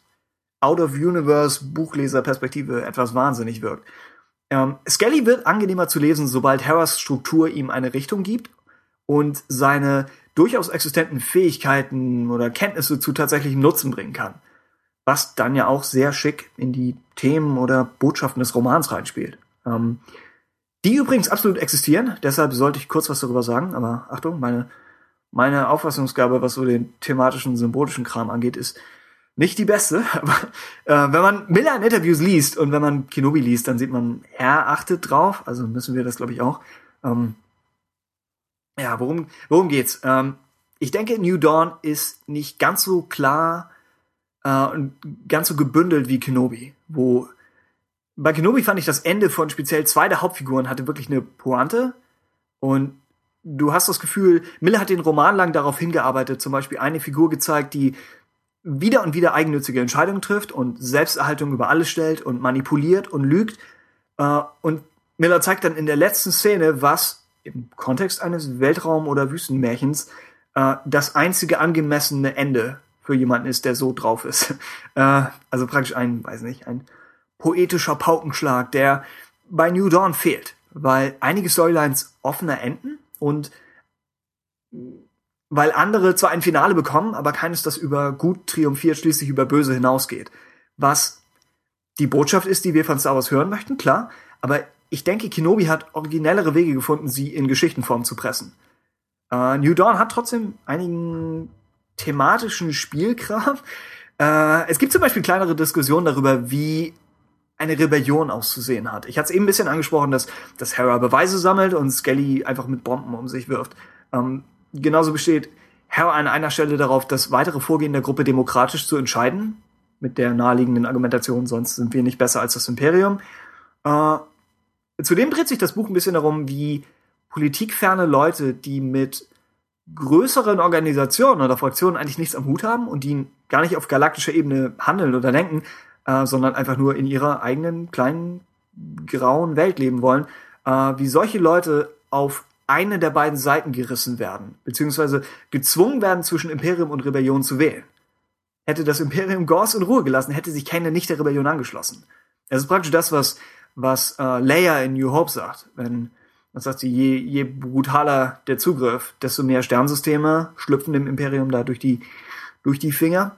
Out-of-Universe-Buchleser-Perspektive etwas wahnsinnig wirkt. Skelly wird angenehmer zu lesen, sobald Heras Struktur ihm eine Richtung gibt und seine durchaus existenten Fähigkeiten oder Kenntnisse zu tatsächlichem Nutzen bringen kann. Was dann ja auch sehr schick in die Themen oder Botschaften des Romans reinspielt. Die übrigens absolut existieren, deshalb sollte ich kurz was darüber sagen, aber Achtung, meine Auffassungsgabe, was so den thematischen, symbolischen Kram angeht, ist nicht die beste. Aber wenn man Miller in Interviews liest und wenn man Kenobi liest, dann sieht man, er achtet drauf, also müssen wir das, glaube ich, auch. Ja, worum geht's? Ich denke, New Dawn ist nicht ganz so klar und ganz so gebündelt wie Kenobi. Bei Kenobi fand ich das Ende von speziell 2 der Hauptfiguren hatte wirklich eine Pointe. Und du hast das Gefühl, Miller hat den Roman lang darauf hingearbeitet, zum Beispiel eine Figur gezeigt, die wieder und wieder eigennützige Entscheidungen trifft und Selbsterhaltung über alles stellt und manipuliert und lügt. Und Miller zeigt dann in der letzten Szene, was im Kontext eines Weltraum- oder Wüstenmärchens das einzige angemessene Ende für jemanden ist, der so drauf ist. Also praktisch ein poetischer Paukenschlag, der bei New Dawn fehlt, weil einige Storylines offener enden und weil andere zwar ein Finale bekommen, aber keines, das über gut triumphiert, schließlich über böse hinausgeht. Was die Botschaft ist, die wir von Star Wars hören möchten, klar, aber ich denke, Kenobi hat originellere Wege gefunden, sie in Geschichtenform zu pressen. New Dawn hat trotzdem einigen thematischen Spielkram. Es gibt zum Beispiel kleinere Diskussionen darüber, wie eine Rebellion auszusehen hat. Ich hatte es eben ein bisschen angesprochen, dass Hera Beweise sammelt und Skelly einfach mit Bomben um sich wirft. Genauso besteht Hera an einer Stelle darauf, das weitere Vorgehen der Gruppe demokratisch zu entscheiden, mit der naheliegenden Argumentation, sonst sind wir nicht besser als das Imperium. Zudem dreht sich das Buch ein bisschen darum, wie politikferne Leute, die mit größeren Organisationen oder Fraktionen eigentlich nichts am Hut haben und die gar nicht auf galaktischer Ebene handeln oder denken, sondern einfach nur in ihrer eigenen kleinen grauen Welt leben wollen, wie solche Leute auf eine der beiden Seiten gerissen werden, beziehungsweise gezwungen werden, zwischen Imperium und Rebellion zu wählen. Hätte das Imperium Gors in Ruhe gelassen, hätte sich Kanan nicht der Rebellion angeschlossen. Das ist praktisch das, was Leia in New Hope sagt. Was sagt sie, je brutaler der Zugriff, desto mehr Sternsysteme schlüpfen dem Imperium da durch die Finger.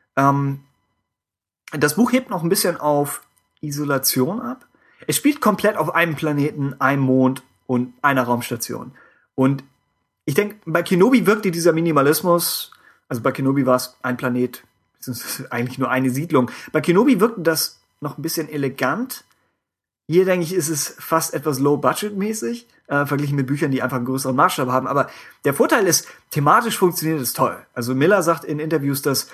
Das Buch hebt noch ein bisschen auf Isolation ab. Es spielt komplett auf einem Planeten, einem Mond und einer Raumstation. Und ich denke, bei Kenobi wirkte dieser Minimalismus, also bei Kenobi war es ein Planet, beziehungsweise eigentlich nur eine Siedlung. Bei Kenobi wirkte das noch ein bisschen elegant. Hier, denke ich, ist es fast etwas low-budget-mäßig, verglichen mit Büchern, die einfach einen größeren Maßstab haben. Aber der Vorteil ist, thematisch funktioniert es toll. Also Miller sagt in Interviews, dass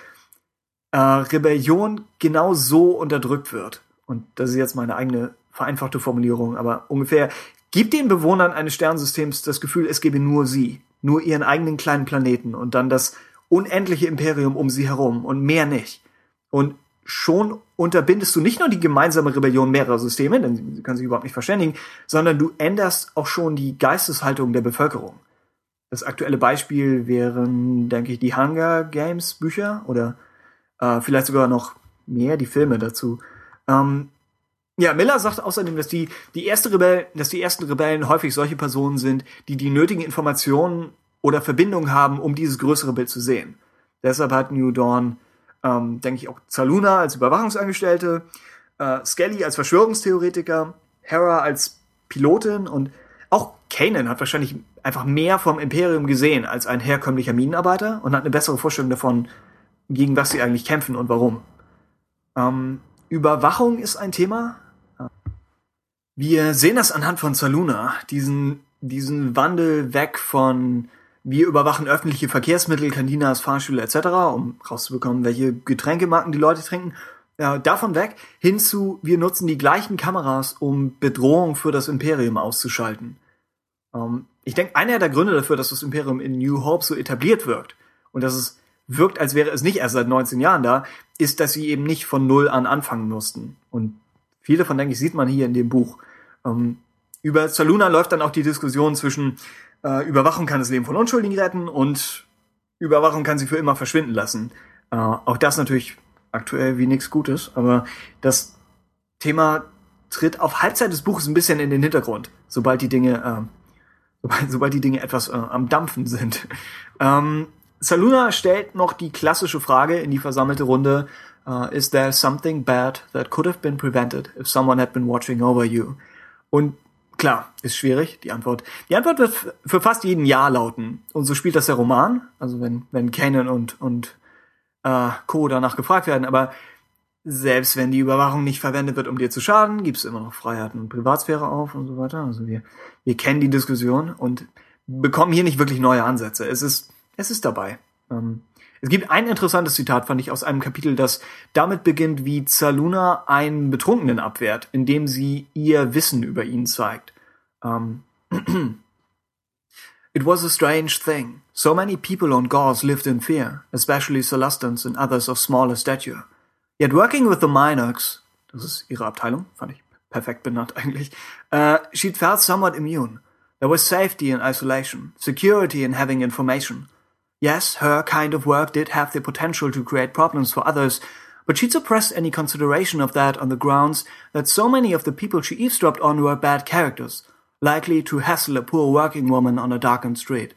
Rebellion genau so unterdrückt wird. Und das ist jetzt meine eigene vereinfachte Formulierung, aber ungefähr, gibt den Bewohnern eines Sternsystems das Gefühl, es gebe nur sie, nur ihren eigenen kleinen Planeten und dann das unendliche Imperium um sie herum und mehr nicht. Und schon unterbindest du nicht nur die gemeinsame Rebellion mehrerer Systeme, denn sie können sich überhaupt nicht verständigen, sondern du änderst auch schon die Geisteshaltung der Bevölkerung. Das aktuelle Beispiel wären, denke ich, die Hunger Games Bücher oder vielleicht sogar noch mehr, die Filme dazu. Ja, Miller sagt außerdem, dass die ersten Rebellen häufig solche Personen sind, die nötigen Informationen oder Verbindungen haben, um dieses größere Bild zu sehen. Deshalb hat New Dawn, denke ich, auch Zaluna als Überwachungsangestellte, Skelly als Verschwörungstheoretiker, Hera als Pilotin und auch Kanan hat wahrscheinlich einfach mehr vom Imperium gesehen als ein herkömmlicher Minenarbeiter und hat eine bessere Vorstellung davon, gegen was sie eigentlich kämpfen und warum. Überwachung ist ein Thema. Wir sehen das anhand von Zaluna, diesen Wandel weg von wir überwachen öffentliche Verkehrsmittel, Kantinas, Fahrstühle etc., um rauszubekommen, welche Getränkemarken die Leute trinken, davon weg hin zu wir nutzen die gleichen Kameras, um Bedrohung für das Imperium auszuschalten. Ich denke, einer der Gründe dafür, dass das Imperium in New Hope so etabliert wirkt und dass es wirkt, als wäre es nicht erst seit 19 Jahren da, ist, dass sie eben nicht von Null an anfangen mussten. Und viel davon, denke ich, sieht man hier in dem Buch. Über Zaluna läuft dann auch die Diskussion zwischen Überwachung kann das Leben von Unschuldigen retten und Überwachung kann sie für immer verschwinden lassen. Auch das natürlich aktuell wie nichts Gutes, aber das Thema tritt auf Halbzeit des Buches ein bisschen in den Hintergrund, sobald die Dinge sobald die Dinge etwas am Dampfen sind. Saluna stellt noch die klassische Frage in die versammelte Runde, is there something bad that could have been prevented if someone had been watching over you? Und klar, ist schwierig, die Antwort. Die Antwort wird für fast jeden Ja lauten. Und so spielt das der Roman, also wenn Kanan und Co. danach gefragt werden. Aber selbst wenn die Überwachung nicht verwendet wird, um dir zu schaden, gibt's immer noch Freiheiten und Privatsphäre auf und so weiter. Also wir kennen die Diskussion und bekommen hier nicht wirklich neue Ansätze. Es ist dabei. Es gibt ein interessantes Zitat, fand ich, aus einem Kapitel, das damit beginnt, wie Saluna einen Betrunkenen abwehrt, indem sie ihr Wissen über ihn zeigt. It was a strange thing. So many people on Gauze lived in fear, especially Celestans and others of smaller stature. Yet working with the Minox, das ist ihre Abteilung, fand ich perfekt benannt eigentlich, she felt somewhat immune. There was safety in isolation, security in having information. Yes, her kind of work did have the potential to create problems for others, but she'd suppressed any consideration of that on the grounds that so many of the people she eavesdropped on were bad characters, likely to hassle a poor working woman on a darkened street.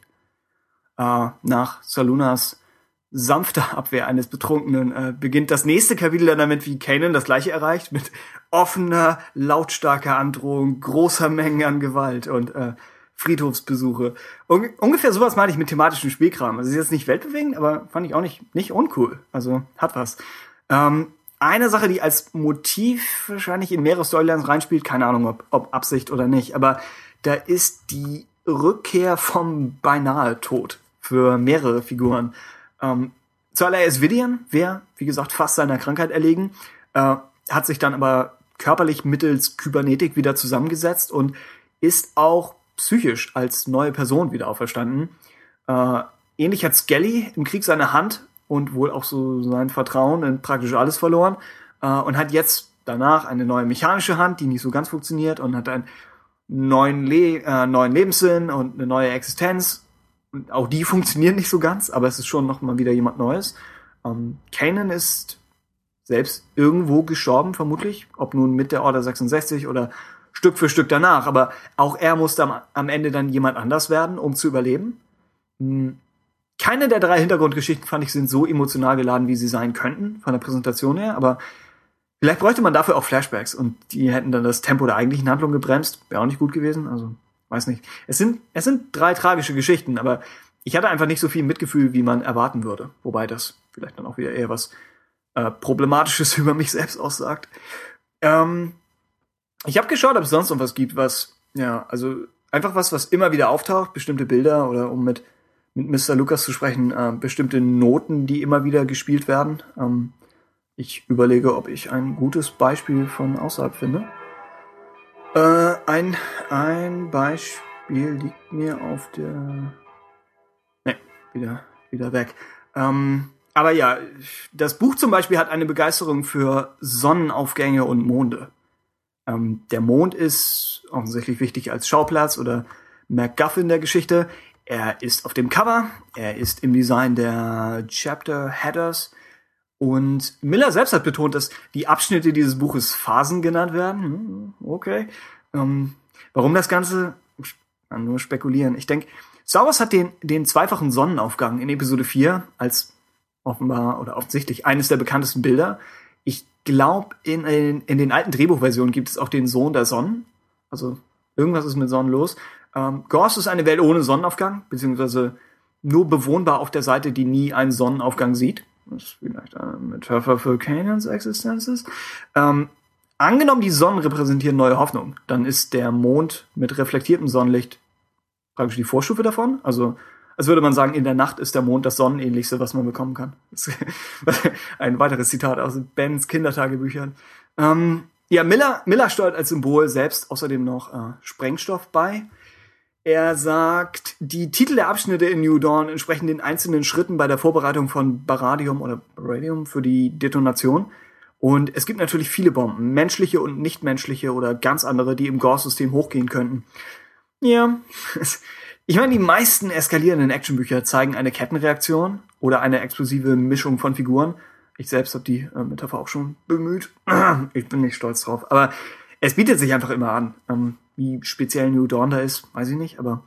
Nach Salunas sanfter Abwehr eines Betrunkenen beginnt das nächste Kapitel dann damit, wie Kanan das gleiche erreicht, mit offener, lautstarker Androhung, großer Mengen an Gewalt und Friedhofsbesuche. Ungefähr sowas meine ich mit thematischem Spielkram. Also ist jetzt nicht weltbewegend, aber fand ich auch nicht uncool. Also hat was. Eine Sache, die als Motiv wahrscheinlich in mehrere Storylines reinspielt, keine Ahnung, ob Absicht oder nicht, aber da ist die Rückkehr vom Beinahe-Tod für mehrere Figuren. Zuallererst Vidian, wie gesagt, fast seiner Krankheit erlegen, hat sich dann aber körperlich mittels Kybernetik wieder zusammengesetzt und ist auch psychisch als neue Person wieder auferstanden. Ähnlich hat Skelly im Krieg seine Hand und wohl auch so sein Vertrauen in praktisch alles verloren und hat jetzt danach eine neue mechanische Hand, die nicht so ganz funktioniert und hat einen neuen Lebenssinn und eine neue Existenz. Und auch die funktionieren nicht so ganz, aber es ist schon noch mal wieder jemand Neues. Kanan ist selbst irgendwo gestorben, vermutlich. Ob nun mit der Order 66 oder Stück für Stück danach. Aber auch er musste am Ende dann jemand anders werden, um zu überleben. Keine der 3 Hintergrundgeschichten, fand ich, sind so emotional geladen, wie sie sein könnten, von der Präsentation her. Aber vielleicht bräuchte man dafür auch Flashbacks. Und die hätten dann das Tempo der eigentlichen Handlung gebremst. Wäre auch nicht gut gewesen. Also, weiß nicht. Es sind 3 tragische Geschichten, aber ich hatte einfach nicht so viel Mitgefühl, wie man erwarten würde. Wobei das vielleicht dann auch wieder eher was Problematisches über mich selbst aussagt. Ich habe geschaut, ob es sonst noch was gibt, was, ja, also einfach was immer wieder auftaucht, bestimmte Bilder oder um mit Mr. Lucas zu sprechen, bestimmte Noten, die immer wieder gespielt werden. Ich überlege, ob ich ein gutes Beispiel von außerhalb finde. Ein Beispiel liegt mir auf der... Ne, wieder weg. Aber ja, das Buch zum Beispiel hat eine Begeisterung für Sonnenaufgänge und Monde. Der Mond ist offensichtlich wichtig als Schauplatz oder MacGuffin der Geschichte. Er ist auf dem Cover, er ist im Design der Chapter Headers und Miller selbst hat betont, dass die Abschnitte dieses Buches Phasen genannt werden. Okay. Warum das Ganze? Ich kann nur spekulieren. Ich denke, Star Wars hat den zweifachen Sonnenaufgang in Episode 4 als offenbar oder offensichtlich eines der bekanntesten Bilder. Ich glaube, in den alten Drehbuchversionen gibt es auch den Sohn der Sonnen. Also irgendwas ist mit Sonnen los. Gauze ist eine Welt ohne Sonnenaufgang, beziehungsweise nur bewohnbar auf der Seite, die nie einen Sonnenaufgang sieht. Das ist vielleicht eine Metapher für Kanans Existenz ist. Angenommen, die Sonnen repräsentieren neue Hoffnung, dann ist der Mond mit reflektiertem Sonnenlicht praktisch die Vorstufe davon. Also als würde man sagen, in der Nacht ist der Mond das Sonnenähnlichste, was man bekommen kann. Ein weiteres Zitat aus Bens Kindertagebüchern. Ja, Miller steuert als Symbol selbst außerdem noch Sprengstoff bei. Er sagt, die Titel der Abschnitte in New Dawn entsprechen den einzelnen Schritten bei der Vorbereitung von Baradium oder Baradium für die Detonation. Und es gibt natürlich viele Bomben, menschliche und nichtmenschliche oder ganz andere, die im Gauze-System hochgehen könnten. Ja, ich meine, die meisten eskalierenden Actionbücher zeigen eine Kettenreaktion oder eine explosive Mischung von Figuren. Ich selbst habe die Metapher auch schon bemüht. Ich bin nicht stolz drauf. Aber es bietet sich einfach immer an. Wie speziell New Dawn da ist, weiß ich nicht. Aber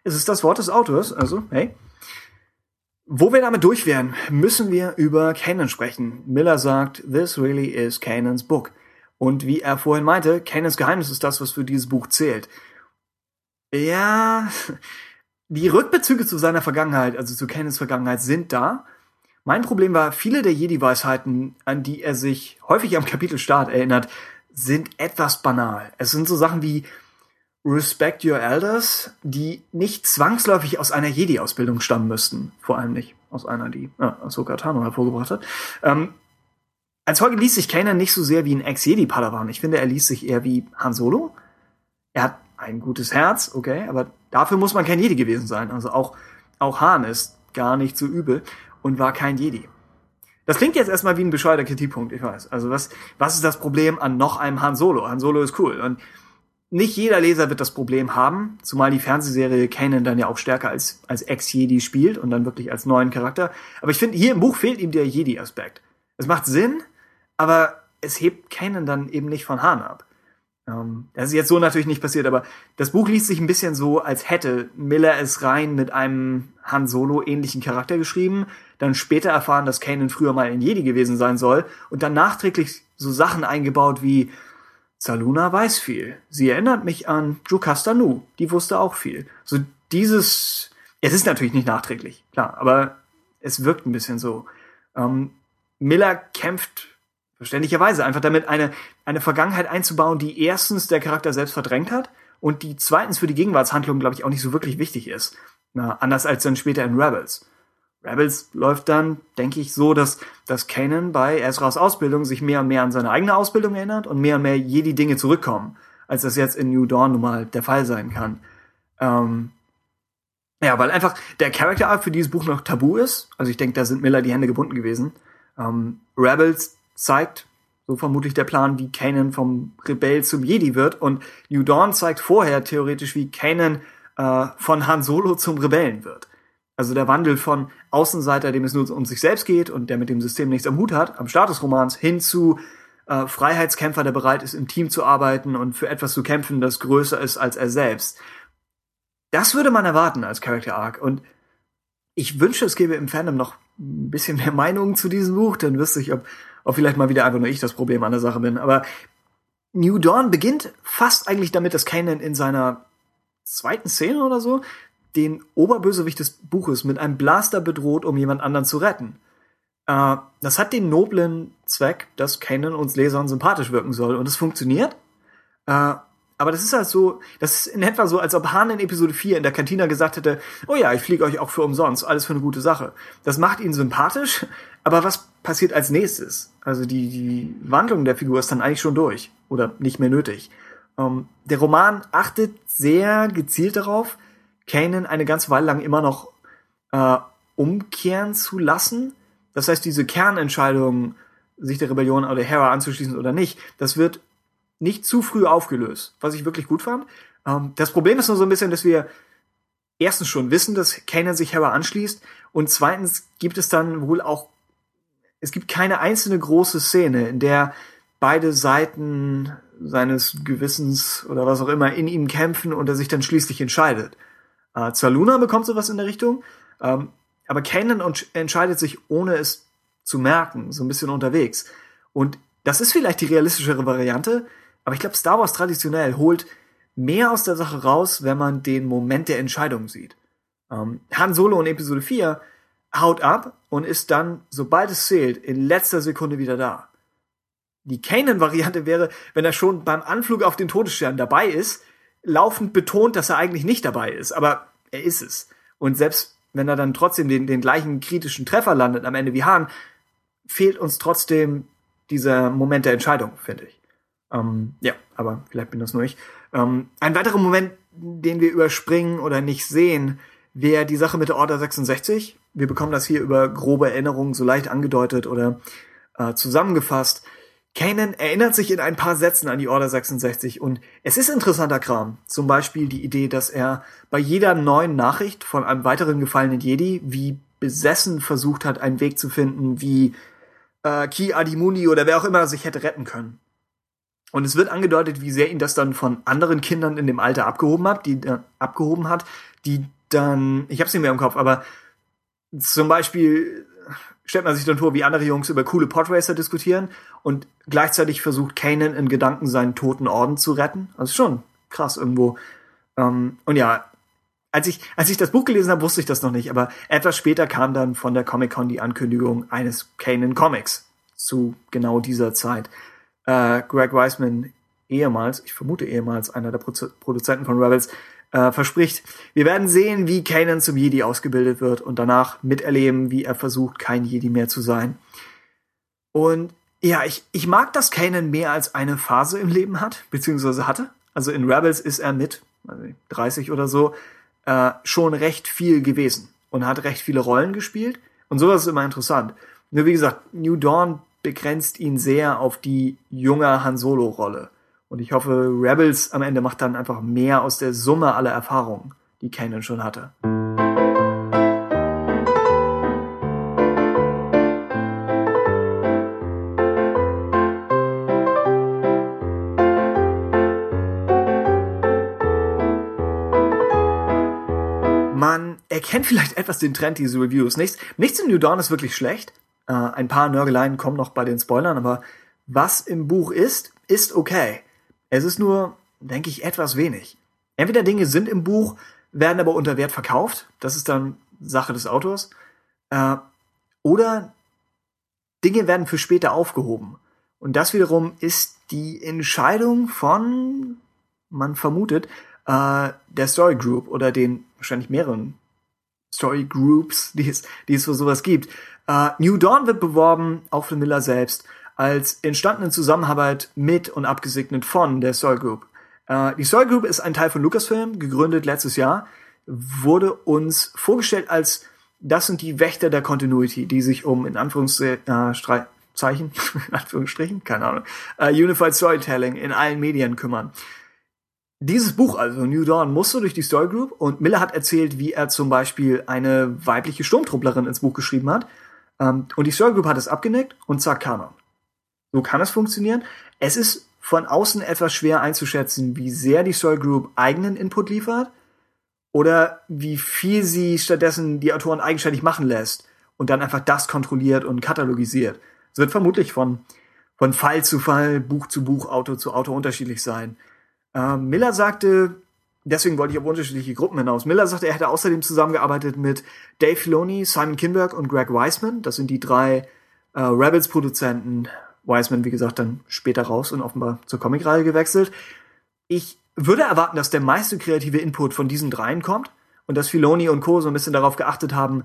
Es ist das Wort des Autors, also, hey. Wo wir damit durch wären, müssen wir über Kanan sprechen. Miller sagt, this really is Kanans book. Und wie er vorhin meinte, Kanans Geheimnis ist das, was für dieses Buch zählt. Ja, die Rückbezüge zu seiner Vergangenheit, also zu Kanans Vergangenheit, sind da. Mein Problem war, viele der Jedi-Weisheiten, an die er sich häufig am Kapitelstart erinnert, sind etwas banal. Es sind so Sachen wie Respect your elders, die nicht zwangsläufig aus einer Jedi-Ausbildung stammen müssten. Vor allem nicht aus einer, die Ahsoka Tano hervorgebracht hat. Als Folge liest sich Kanan nicht so sehr wie ein Ex-Jedi-Padawan. Ich finde, er liest sich eher wie Han Solo. Er hat ein gutes Herz, okay, aber dafür muss man kein Jedi gewesen sein. Also auch Han ist gar nicht so übel und war kein Jedi. Das klingt jetzt erstmal wie ein bescheuerter Kritikpunkt, ich weiß. Also was ist das Problem an noch einem Han Solo? Han Solo ist cool und nicht jeder Leser wird das Problem haben, zumal die Fernsehserie Kanan dann ja auch stärker als Ex-Jedi spielt und dann wirklich als neuen Charakter. Aber ich finde, hier im Buch fehlt ihm der Jedi-Aspekt. Es macht Sinn, aber es hebt Kanan dann eben nicht von Han ab. Das ist jetzt so natürlich nicht passiert, aber das Buch liest sich ein bisschen so, als hätte Miller es rein mit einem Han Solo-ähnlichen Charakter geschrieben, dann später erfahren, dass Kanan früher mal ein Jedi gewesen sein soll und dann nachträglich so Sachen eingebaut wie Saluna weiß viel. Sie erinnert mich an Jocasta Nu. Die wusste auch viel. So es ist natürlich nicht nachträglich, klar, aber es wirkt ein bisschen so. Miller kämpft verständlicherweise einfach damit, eine Vergangenheit einzubauen, die erstens der Charakter selbst verdrängt hat und die zweitens für die Gegenwartshandlung, glaube ich, auch nicht so wirklich wichtig ist. Anders als dann später in Rebels. Rebels läuft dann, denke ich, so, dass Kanan bei Ezras Ausbildung sich mehr und mehr an seine eigene Ausbildung erinnert und mehr Jedi-Dinge zurückkommen, als das jetzt in New Dawn nun mal der Fall sein kann. Weil einfach der Character Arc für dieses Buch noch tabu ist. Also ich denke, da sind Miller die Hände gebunden gewesen. Rebels zeigt, so vermutlich der Plan, wie Kanan vom Rebell zum Jedi wird und New Dawn zeigt vorher theoretisch, wie Kanan von Han Solo zum Rebellen wird. Also der Wandel von Außenseiter, dem es nur um sich selbst geht und der mit dem System nichts am Hut hat, am Start des Romans, hin zu Freiheitskämpfer, der bereit ist, im Team zu arbeiten und für etwas zu kämpfen, das größer ist als er selbst. Das würde man erwarten als Character Arc. Und ich wünsche, es gäbe im Fandom noch ein bisschen mehr Meinungen zu diesem Buch. Dann wüsste ich, ob vielleicht mal wieder einfach nur ich das Problem an der Sache bin. Aber New Dawn beginnt fast eigentlich damit, dass Kanan in seiner zweiten Szene oder so den Oberbösewicht des Buches mit einem Blaster bedroht, um jemand anderen zu retten. Das hat den noblen Zweck, dass Kanan uns Lesern sympathisch wirken soll. Und es funktioniert. Aber das ist halt so, das ist in etwa so, als ob Han in Episode 4 in der Kantina gesagt hätte, oh ja, ich fliege euch auch für umsonst, alles für eine gute Sache. Das macht ihn sympathisch, aber was passiert als nächstes? Also die Wandlung der Figur ist dann eigentlich schon durch oder nicht mehr nötig. Der Roman achtet sehr gezielt darauf, Kanan eine ganze Weile lang immer noch umkehren zu lassen. Das heißt, diese Kernentscheidung, sich der Rebellion oder Hera anzuschließen oder nicht, das wird nicht zu früh aufgelöst, was ich wirklich gut fand. Das Problem ist nur so ein bisschen, dass wir erstens schon wissen, dass Kanan sich Hera anschließt und zweitens gibt es dann wohl auch, es gibt keine einzelne große Szene, in der beide Seiten seines Gewissens oder was auch immer in ihm kämpfen und er sich dann schließlich entscheidet. Saluna bekommt sowas in der Richtung, aber Kanan entscheidet sich, ohne es zu merken, so ein bisschen unterwegs. Und das ist vielleicht die realistischere Variante, aber ich glaube, Star Wars traditionell holt mehr aus der Sache raus, wenn man den Moment der Entscheidung sieht. Han Solo in Episode 4 haut ab und ist dann, sobald es zählt, in letzter Sekunde wieder da. Die Kanan-Variante wäre, wenn er schon beim Anflug auf den Todesstern dabei ist, laufend betont, dass er eigentlich nicht dabei ist, aber er ist es. Und selbst wenn er dann trotzdem den gleichen kritischen Treffer landet am Ende wie Han, fehlt uns trotzdem dieser Moment der Entscheidung, finde ich. Aber vielleicht bin das nur ich. Ein weiterer Moment, den wir überspringen oder nicht sehen, wäre die Sache mit der Order 66. Wir bekommen das hier über grobe Erinnerungen so leicht angedeutet oder zusammengefasst. Kanan erinnert sich in ein paar Sätzen an die Order 66 und es ist interessanter Kram. Zum Beispiel die Idee, dass er bei jeder neuen Nachricht von einem weiteren gefallenen Jedi wie besessen versucht hat, einen Weg zu finden, wie Ki-Adi-Mundi oder wer auch immer sich hätte retten können. Und es wird angedeutet, wie sehr ihn das dann von anderen Kindern in dem Alter abgehoben hat, die dann, ich hab's nicht mehr im Kopf, aber zum Beispiel stellt man sich dann vor, wie andere Jungs über coole Podracer diskutieren und gleichzeitig versucht Kanan in Gedanken seinen toten Orden zu retten. Also schon krass irgendwo. Und ja, als ich das Buch gelesen habe, wusste ich das noch nicht, aber etwas später kam dann von der Comic-Con die Ankündigung eines Kanan Comics zu genau dieser Zeit. Greg Weisman, ich vermute ehemals, einer der Produzenten von Rebels, verspricht, wir werden sehen, wie Kanan zum Jedi ausgebildet wird und danach miterleben, wie er versucht, kein Jedi mehr zu sein. Und ja, ich mag, dass Kanan mehr als eine Phase im Leben hat, beziehungsweise hatte. Also in Rebels ist er mit 30 oder so schon recht viel gewesen und hat recht viele Rollen gespielt. Und sowas ist immer interessant. Nur wie gesagt, New Dawn begrenzt ihn sehr auf die junge Han Solo-Rolle. Und ich hoffe, Rebels am Ende macht dann einfach mehr aus der Summe aller Erfahrungen, die Kanan schon hatte. Man erkennt vielleicht etwas den Trend dieser Reviews. Nichts in New Dawn ist wirklich schlecht. Ein paar Nörgeleien kommen noch bei den Spoilern, aber was im Buch ist okay. Es ist nur, denke ich, etwas wenig. Entweder Dinge sind im Buch, werden aber unter Wert verkauft. Das ist dann Sache des Autors. Oder Dinge werden für später aufgehoben. Und das wiederum ist die Entscheidung von, man vermutet, der Story Group oder den wahrscheinlich mehreren Story Groups, die es für sowas gibt. New Dawn wird beworben, auch von Miller selbst, als entstanden in Zusammenarbeit mit und abgesegnet von der Story Group. Die Story Group ist ein Teil von Lucasfilm, gegründet letztes Jahr, wurde uns vorgestellt als, das sind die Wächter der Continuity, die sich um, in Anführungsstrichen, keine Ahnung, Unified Storytelling in allen Medien kümmern. Dieses Buch, also New Dawn, musste durch die Story Group und Miller hat erzählt, wie er zum Beispiel eine weibliche Sturmtrupplerin ins Buch geschrieben hat. Und die Story Group hat es abgenickt und zack, Kanon. So kann es funktionieren. Es ist von außen etwas schwer einzuschätzen, wie sehr die Story Group eigenen Input liefert oder wie viel sie stattdessen die Autoren eigenständig machen lässt und dann einfach das kontrolliert und katalogisiert. Es wird vermutlich von Fall zu Fall, Buch zu Buch, Autor zu Autor unterschiedlich sein. Miller sagte, deswegen wollte ich auf unterschiedliche Gruppen hinaus. Miller sagte, er hätte außerdem zusammengearbeitet mit Dave Filoni, Simon Kinberg und Greg Weisman. Das sind die 3 Rebels-Produzenten. Weisman, wie gesagt, dann später raus und offenbar zur Comicreihe gewechselt. Ich würde erwarten, dass der meiste kreative Input von diesen 3 kommt und dass Filoni und Co. so ein bisschen darauf geachtet haben,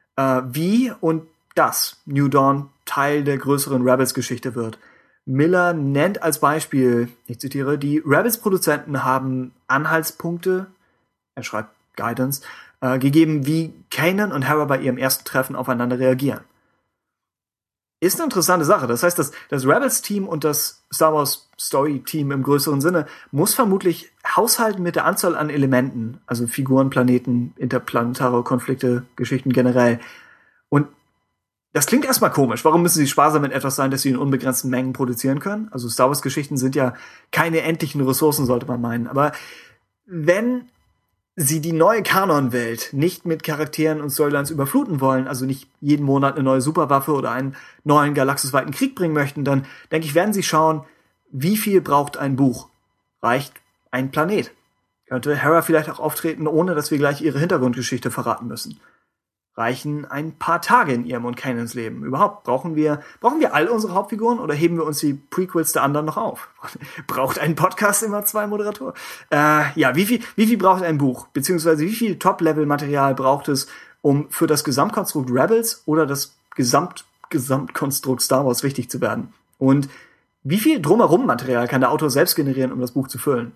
wie und dass New Dawn Teil der größeren Rebels-Geschichte wird. Miller nennt als Beispiel, ich zitiere, die Rebels-Produzenten haben Anhaltspunkte, er schreibt Guidance, gegeben, wie Kanan und Hera bei ihrem ersten Treffen aufeinander reagieren. Ist eine interessante Sache. Das heißt, das Rebels-Team und das Star Wars Story-Team im größeren Sinne muss vermutlich haushalten mit der Anzahl an Elementen, also Figuren, Planeten, interplanetare Konflikte, Geschichten generell. Und das klingt erstmal komisch. Warum müssen sie sparsam mit etwas sein, das sie in unbegrenzten Mengen produzieren können? Also Star Wars-Geschichten sind ja keine endlichen Ressourcen, sollte man meinen. Aber wenn sie die neue Kanon-Welt nicht mit Charakteren und Storylines überfluten wollen, also nicht jeden Monat eine neue Superwaffe oder einen neuen galaxisweiten Krieg bringen möchten, dann denke ich, werden sie schauen, wie viel braucht ein Buch? Reicht ein Planet? Könnte Hera vielleicht auch auftreten, ohne dass wir gleich ihre Hintergrundgeschichte verraten müssen? Reichen ein paar Tage in ihrem und Kanans Leben? Überhaupt, brauchen wir all unsere Hauptfiguren oder heben wir uns die Prequels der anderen noch auf? Braucht ein Podcast immer 2 Moderatoren? Ja, wie viel braucht ein Buch? Beziehungsweise wie viel Top-Level-Material braucht es, um für das Gesamtkonstrukt Rebels oder das Gesamtkonstrukt Star Wars wichtig zu werden? Und wie viel drumherum Material kann der Autor selbst generieren, um das Buch zu füllen?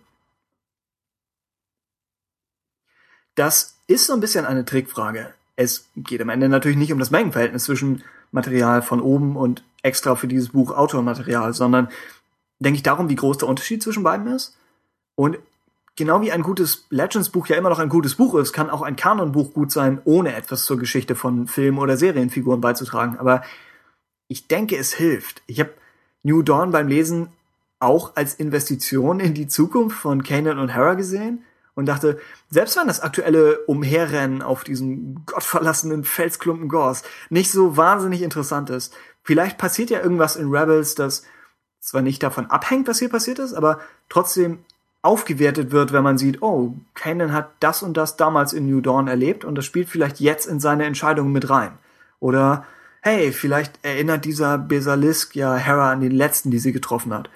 Das ist so ein bisschen eine Trickfrage. Es geht am Ende natürlich nicht um das Mengenverhältnis zwischen Material von oben und extra für dieses Buch Autormaterial, sondern denke ich darum, wie groß der Unterschied zwischen beiden ist. Und genau wie ein gutes Legends-Buch ja immer noch ein gutes Buch ist, kann auch ein Kanon-Buch gut sein, ohne etwas zur Geschichte von Film- oder Serienfiguren beizutragen. Aber ich denke, es hilft. Ich habe New Dawn beim Lesen auch als Investition in die Zukunft von Kanan und Hera gesehen. und dachte, selbst wenn das aktuelle Umherrennen auf diesem gottverlassenen Felsklumpen Gors nicht so wahnsinnig interessant ist, vielleicht passiert ja irgendwas in Rebels, das zwar nicht davon abhängt, was hier passiert ist, aber trotzdem aufgewertet wird, wenn man sieht, oh, Kanan hat das und das damals in New Dawn erlebt und das spielt vielleicht jetzt in seine Entscheidungen mit rein. Oder, hey, vielleicht erinnert dieser Besalisk ja Hera an den letzten, den sie getroffen hat.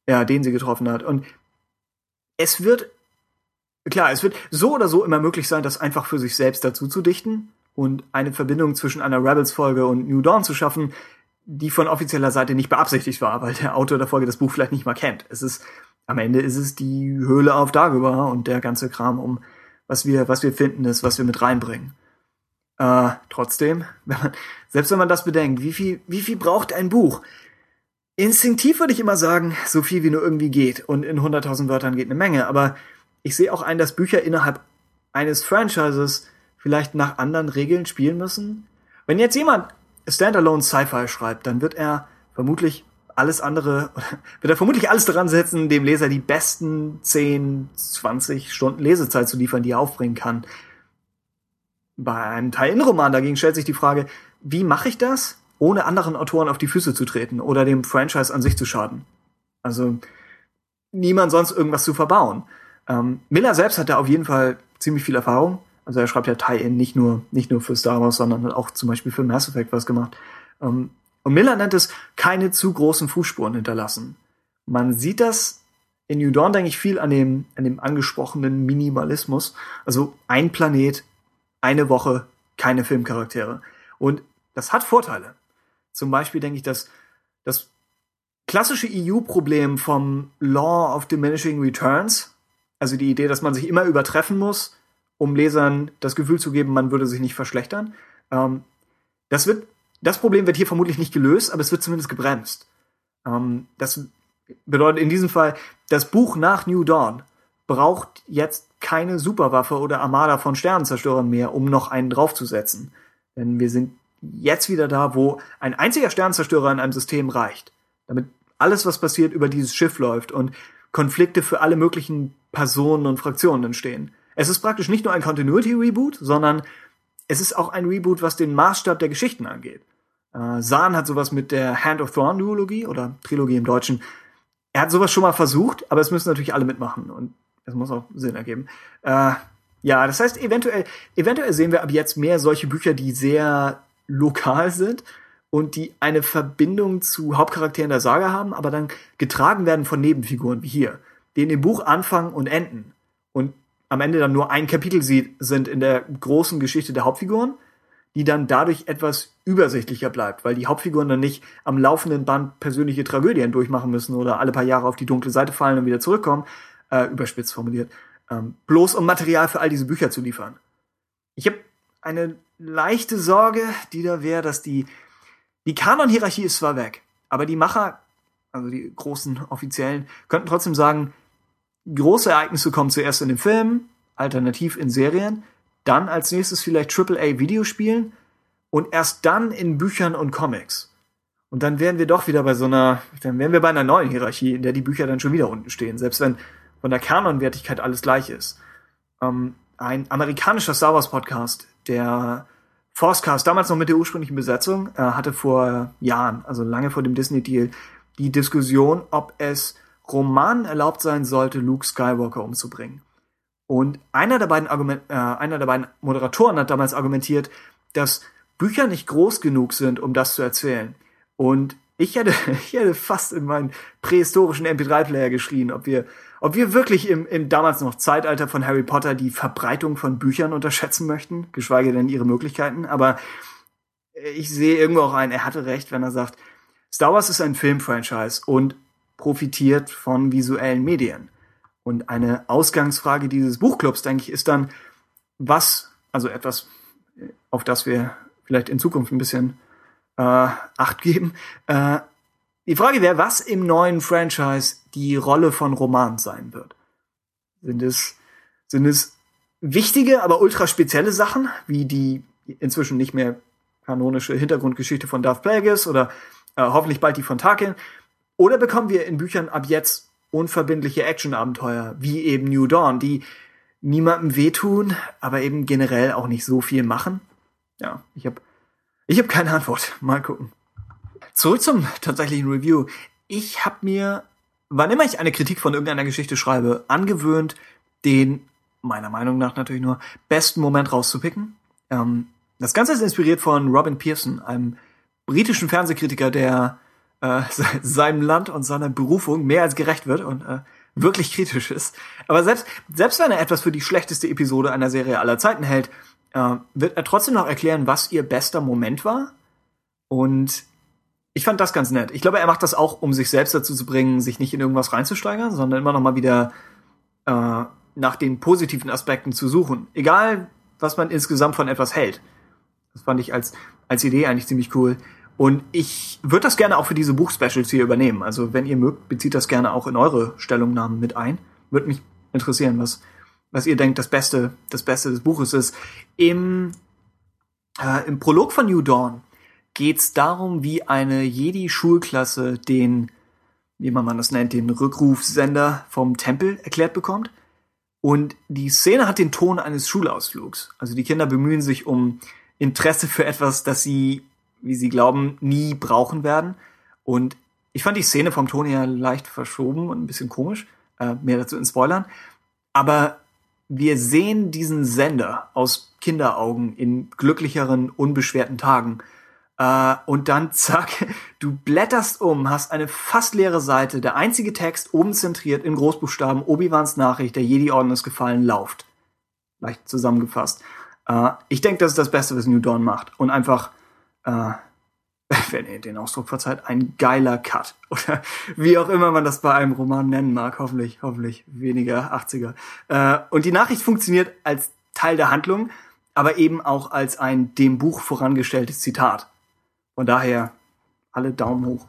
Und es wird so oder so immer möglich sein, das einfach für sich selbst dazu zu dichten und eine Verbindung zwischen einer Rebels-Folge und New Dawn zu schaffen, die von offizieller Seite nicht beabsichtigt war, weil der Autor der Folge das Buch vielleicht nicht mal kennt. Am Ende ist es die Höhle auf Dagobah und der ganze Kram, was wir finden ist, was wir mit reinbringen. Trotzdem, selbst wenn man das bedenkt, wie viel braucht ein Buch? Instinktiv würde ich immer sagen, so viel wie nur irgendwie geht. Und in 100.000 Wörtern geht eine Menge. Aber ich sehe auch ein, dass Bücher innerhalb eines Franchises vielleicht nach anderen Regeln spielen müssen. Wenn jetzt jemand Standalone Sci-Fi schreibt, dann wird er vermutlich alles daran setzen, dem Leser die besten 10, 20 Stunden Lesezeit zu liefern, die er aufbringen kann. Bei einem Tie-In-Roman dagegen stellt sich die Frage, wie mache ich das, ohne anderen Autoren auf die Füße zu treten oder dem Franchise an sich zu schaden? Also niemand sonst irgendwas zu verbauen. Miller selbst hat da auf jeden Fall ziemlich viel Erfahrung. Also er schreibt ja Tie-In nicht nur für Star Wars, sondern hat auch zum Beispiel für Mass Effect was gemacht. Und Miller nennt es keine zu großen Fußspuren hinterlassen. Man sieht das in New Dawn, denke ich, viel an dem angesprochenen Minimalismus. Also ein Planet, eine Woche, keine Filmcharaktere. Und das hat Vorteile. Zum Beispiel denke ich, dass das klassische EU-Problem vom Law of Diminishing Returns, also die Idee, dass man sich immer übertreffen muss, um Lesern das Gefühl zu geben, man würde sich nicht verschlechtern, das Problem wird hier vermutlich nicht gelöst, aber es wird zumindest gebremst. Das bedeutet in diesem Fall, das Buch nach New Dawn braucht jetzt keine Superwaffe oder Armada von Sternenzerstörern mehr, um noch einen draufzusetzen. Denn wir sind jetzt wieder da, wo ein einziger Sternenzerstörer in einem System reicht, damit alles, was passiert, über dieses Schiff läuft und Konflikte für alle möglichen Personen und Fraktionen entstehen. Es ist praktisch nicht nur ein Continuity-Reboot, sondern es ist auch ein Reboot, was den Maßstab der Geschichten angeht. Zahn hat sowas mit der Hand of Thorn-Duologie oder Trilogie im Deutschen. Er hat sowas schon mal versucht, aber es müssen natürlich alle mitmachen und es muss auch Sinn ergeben. Das heißt, eventuell sehen wir ab jetzt mehr solche Bücher, die sehr lokal sind und die eine Verbindung zu Hauptcharakteren der Saga haben, aber dann getragen werden von Nebenfiguren wie hier, die in dem Buch anfangen und enden und am Ende dann nur ein Kapitel sind in der großen Geschichte der Hauptfiguren, die dann dadurch etwas übersichtlicher bleibt, weil die Hauptfiguren dann nicht am laufenden Band persönliche Tragödien durchmachen müssen oder alle paar Jahre auf die dunkle Seite fallen und wieder zurückkommen, überspitzt formuliert, bloß um Material für all diese Bücher zu liefern. Ich habe eine leichte Sorge, die da wäre, dass die Kanon-Hierarchie ist zwar weg, aber die Macher, also die großen Offiziellen, könnten trotzdem sagen, große Ereignisse kommen zuerst in den Filmen, alternativ in Serien, dann als nächstes vielleicht AAA-Videospielen und erst dann in Büchern und Comics. Und dann wären wir doch wieder bei bei einer neuen Hierarchie, in der die Bücher dann schon wieder unten stehen, selbst wenn von der Kanonwertigkeit alles gleich ist. Ein amerikanischer Star Wars Podcast, der Forcecast, damals noch mit der ursprünglichen Besetzung, hatte vor Jahren, also lange vor dem Disney-Deal, die Diskussion, ob es Romanen erlaubt sein sollte, Luke Skywalker umzubringen. Und einer der beiden Moderatoren hat damals argumentiert, dass Bücher nicht groß genug sind, um das zu erzählen. Und ich hätte fast in meinen prähistorischen MP3-Player geschrien, ob wir wirklich im damals noch Zeitalter von Harry Potter die Verbreitung von Büchern unterschätzen möchten, geschweige denn ihre Möglichkeiten. Aber ich sehe irgendwo auch er hatte recht, wenn er sagt, Star Wars ist ein Filmfranchise und profitiert von visuellen Medien. Und eine Ausgangsfrage dieses Buchclubs, denke ich, ist dann, etwas, auf das wir vielleicht in Zukunft ein bisschen Acht geben. Die Frage wäre, was im neuen Franchise die Rolle von Roman sein wird. Sind es wichtige, aber ultra spezielle Sachen, wie die inzwischen nicht mehr kanonische Hintergrundgeschichte von Darth Plagueis oder hoffentlich bald die von Tarkin? Oder bekommen wir in Büchern ab jetzt unverbindliche Action-Abenteuer, wie eben New Dawn, die niemandem wehtun, aber eben generell auch nicht so viel machen. Ja, ich hab keine Antwort. Mal gucken. Zurück zum tatsächlichen Review. Ich habe mir, wann immer ich eine Kritik von irgendeiner Geschichte schreibe, angewöhnt, den, meiner Meinung nach natürlich nur, besten Moment rauszupicken. Das Ganze ist inspiriert von Robin Pearson, einem britischen Fernsehkritiker, der seinem Land und seiner Berufung mehr als gerecht wird und wirklich kritisch ist. Aber selbst wenn er etwas für die schlechteste Episode einer Serie aller Zeiten hält, wird er trotzdem noch erklären, was ihr bester Moment war. Und ich fand das ganz nett. Ich glaube, er macht das auch, um sich selbst dazu zu bringen, sich nicht in irgendwas reinzusteigern, sondern immer noch mal wieder nach den positiven Aspekten zu suchen. Egal, was man insgesamt von etwas hält. Das fand ich als Idee eigentlich ziemlich cool. Und ich würde das gerne auch für diese Buchspecials hier übernehmen. Also wenn ihr mögt, bezieht das gerne auch in eure Stellungnahmen mit ein. Würde mich interessieren, was ihr denkt, das Beste des Buches ist. Im Prolog von New Dawn geht's darum, wie eine Jedi-Schulklasse den, wie man das nennt, den Rückrufsender vom Tempel erklärt bekommt. Und die Szene hat den Ton eines Schulausflugs. Also die Kinder bemühen sich um Interesse für etwas, das sie, wie sie glauben, nie brauchen werden. Und ich fand die Szene vom Ton her leicht verschoben und ein bisschen komisch. Mehr dazu in Spoilern. Aber wir sehen diesen Sender aus Kinderaugen in glücklicheren, unbeschwerten Tagen. Und dann, zack, du blätterst um, hast eine fast leere Seite, der einzige Text oben zentriert in Großbuchstaben, Obi-Wans Nachricht, der Jedi-Orden ist gefallen, lauft. Leicht zusammengefasst. Ich denke, das ist das Beste, was New Dawn macht. Und einfach, wenn ihr den Ausdruck verzeiht, ein geiler Cut. Oder wie auch immer man das bei einem Roman nennen mag. Hoffentlich weniger 80er. Und die Nachricht funktioniert als Teil der Handlung, aber eben auch als ein dem Buch vorangestelltes Zitat. Von daher, alle Daumen hoch.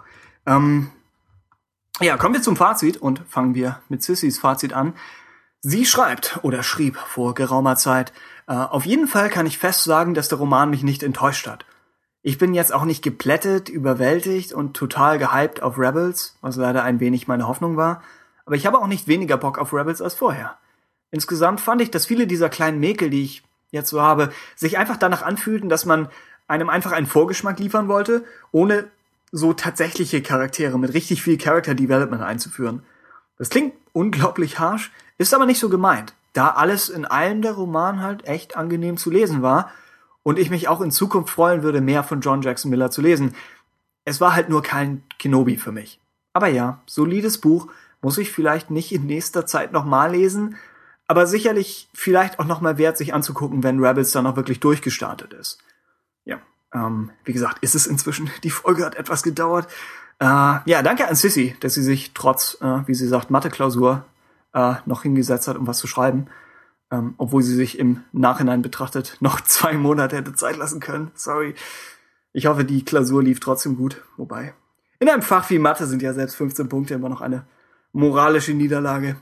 Ja, kommen wir zum Fazit und fangen wir mit Sissys Fazit an. Sie schreibt oder schrieb vor geraumer Zeit: Auf jeden Fall kann ich fest sagen, dass der Roman mich nicht enttäuscht hat. Ich bin jetzt auch nicht geplättet, überwältigt und total gehypt auf Rebels, was leider ein wenig meine Hoffnung war. Aber ich habe auch nicht weniger Bock auf Rebels als vorher. Insgesamt fand ich, dass viele dieser kleinen Mäkel, die ich jetzt so habe, sich einfach danach anfühlten, dass man einem einfach einen Vorgeschmack liefern wollte, ohne so tatsächliche Charaktere mit richtig viel Character Development einzuführen. Das klingt unglaublich harsh, ist aber nicht so gemeint, da alles in allem der Roman halt echt angenehm zu lesen war und ich mich auch in Zukunft freuen würde, mehr von John Jackson Miller zu lesen. Es war halt nur kein Kenobi für mich. Aber ja, solides Buch, muss ich vielleicht nicht in nächster Zeit nochmal lesen, aber sicherlich vielleicht auch nochmal wert, sich anzugucken, wenn Rebels dann auch wirklich durchgestartet ist. Ja, wie gesagt, ist es inzwischen, die Folge hat etwas gedauert. Ja, danke an Sissy, dass sie sich trotz, wie sie sagt, Mathe-Klausur noch hingesetzt hat, um was zu schreiben. Obwohl sie sich im Nachhinein betrachtet noch 2 Monate hätte Zeit lassen können. Sorry. Ich hoffe, die Klausur lief trotzdem gut. Wobei, in einem Fach wie Mathe sind ja selbst 15 Punkte immer noch eine moralische Niederlage.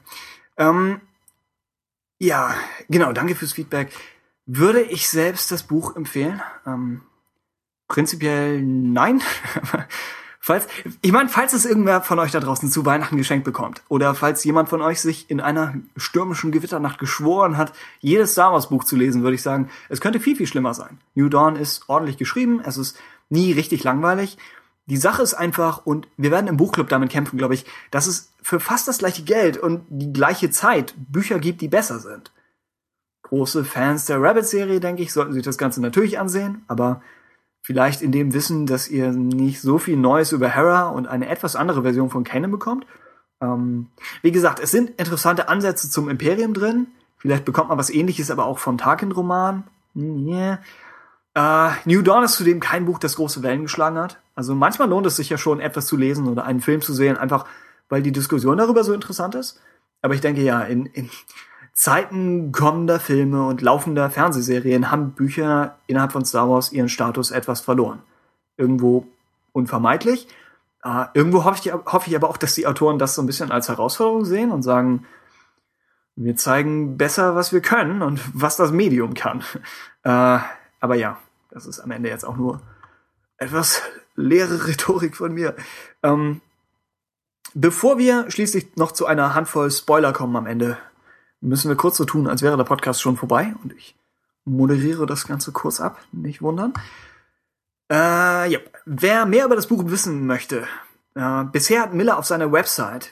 Ja, genau, danke fürs Feedback. Würde ich selbst das Buch empfehlen? Prinzipiell nein. Falls es irgendwer von euch da draußen zu Weihnachten geschenkt bekommt oder falls jemand von euch sich in einer stürmischen Gewitternacht geschworen hat, jedes Star Wars Buch zu lesen, würde ich sagen, es könnte viel, viel schlimmer sein. New Dawn ist ordentlich geschrieben, es ist nie richtig langweilig. Die Sache ist einfach, und wir werden im Buchclub damit kämpfen, glaube ich, dass es für fast das gleiche Geld und die gleiche Zeit Bücher gibt, die besser sind. Große Fans der Rabbit-Serie, denke ich, sollten sich das Ganze natürlich ansehen, aber vielleicht in dem Wissen, dass ihr nicht so viel Neues über Hera und eine etwas andere Version von Kanan bekommt. Wie gesagt, es sind interessante Ansätze zum Imperium drin. Vielleicht bekommt man was Ähnliches aber auch vom Tarkin-Roman. Yeah. New Dawn ist zudem kein Buch, das große Wellen geschlagen hat. Also manchmal lohnt es sich ja schon, etwas zu lesen oder einen Film zu sehen, einfach weil die Diskussion darüber so interessant ist. Aber ich denke ja, in Zeiten kommender Filme und laufender Fernsehserien haben Bücher innerhalb von Star Wars ihren Status etwas verloren. Irgendwo unvermeidlich. Irgendwo hoffe ich aber auch, dass die Autoren das so ein bisschen als Herausforderung sehen und sagen, wir zeigen besser, was wir können und was das Medium kann. Aber ja, das ist am Ende jetzt auch nur etwas leere Rhetorik von mir. Bevor wir schließlich noch zu einer Handvoll Spoiler kommen am Ende, müssen wir kurz so tun, als wäre der Podcast schon vorbei. Und ich moderiere das Ganze kurz ab, nicht wundern. Ja. Wer mehr über das Buch wissen möchte, bisher hat Miller auf seiner Website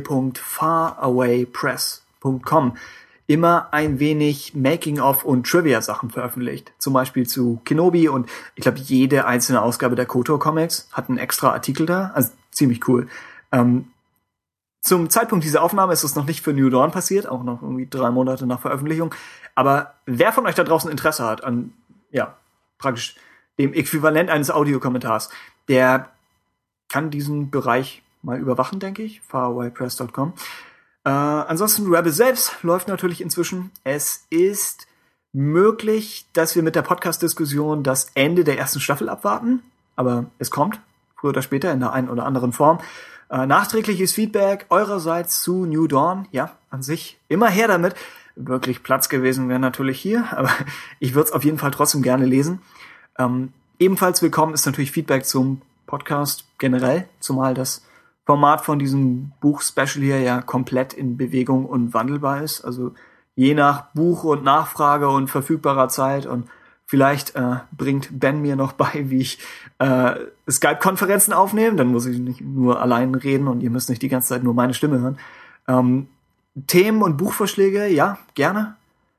www.farawaypress.com immer ein wenig Making-of und Trivia-Sachen veröffentlicht. Zum Beispiel zu Kenobi und ich glaube, jede einzelne Ausgabe der KOTOR Comics hat einen extra Artikel da. Also ziemlich cool. Zum Zeitpunkt dieser Aufnahme ist es noch nicht für New Dawn passiert, auch noch irgendwie 3 Monate nach Veröffentlichung. Aber wer von euch da draußen Interesse hat an, ja, praktisch dem Äquivalent eines Audiokommentars, der kann diesen Bereich mal überwachen, denke ich. farawaypress.com. Ansonsten Rebel selbst läuft natürlich inzwischen. Es ist möglich, dass wir mit der Podcast-Diskussion das Ende der ersten Staffel abwarten. Aber es kommt, früher oder später, in der einen oder anderen Form. Nachträgliches Feedback eurerseits zu New Dawn. Ja, an sich immer her damit. Wirklich Platz gewesen wäre natürlich hier, aber ich würde es auf jeden Fall trotzdem gerne lesen. Ebenfalls willkommen ist natürlich Feedback zum Podcast generell, zumal das Format von diesem Buch-Special hier ja komplett in Bewegung und wandelbar ist. Also je nach Buch und Nachfrage und verfügbarer Zeit. Und vielleicht bringt Ben mir noch bei, wie ich Skype-Konferenzen aufnehme. Dann muss ich nicht nur allein reden und ihr müsst nicht die ganze Zeit nur meine Stimme hören. Themen und Buchvorschläge, ja, gerne.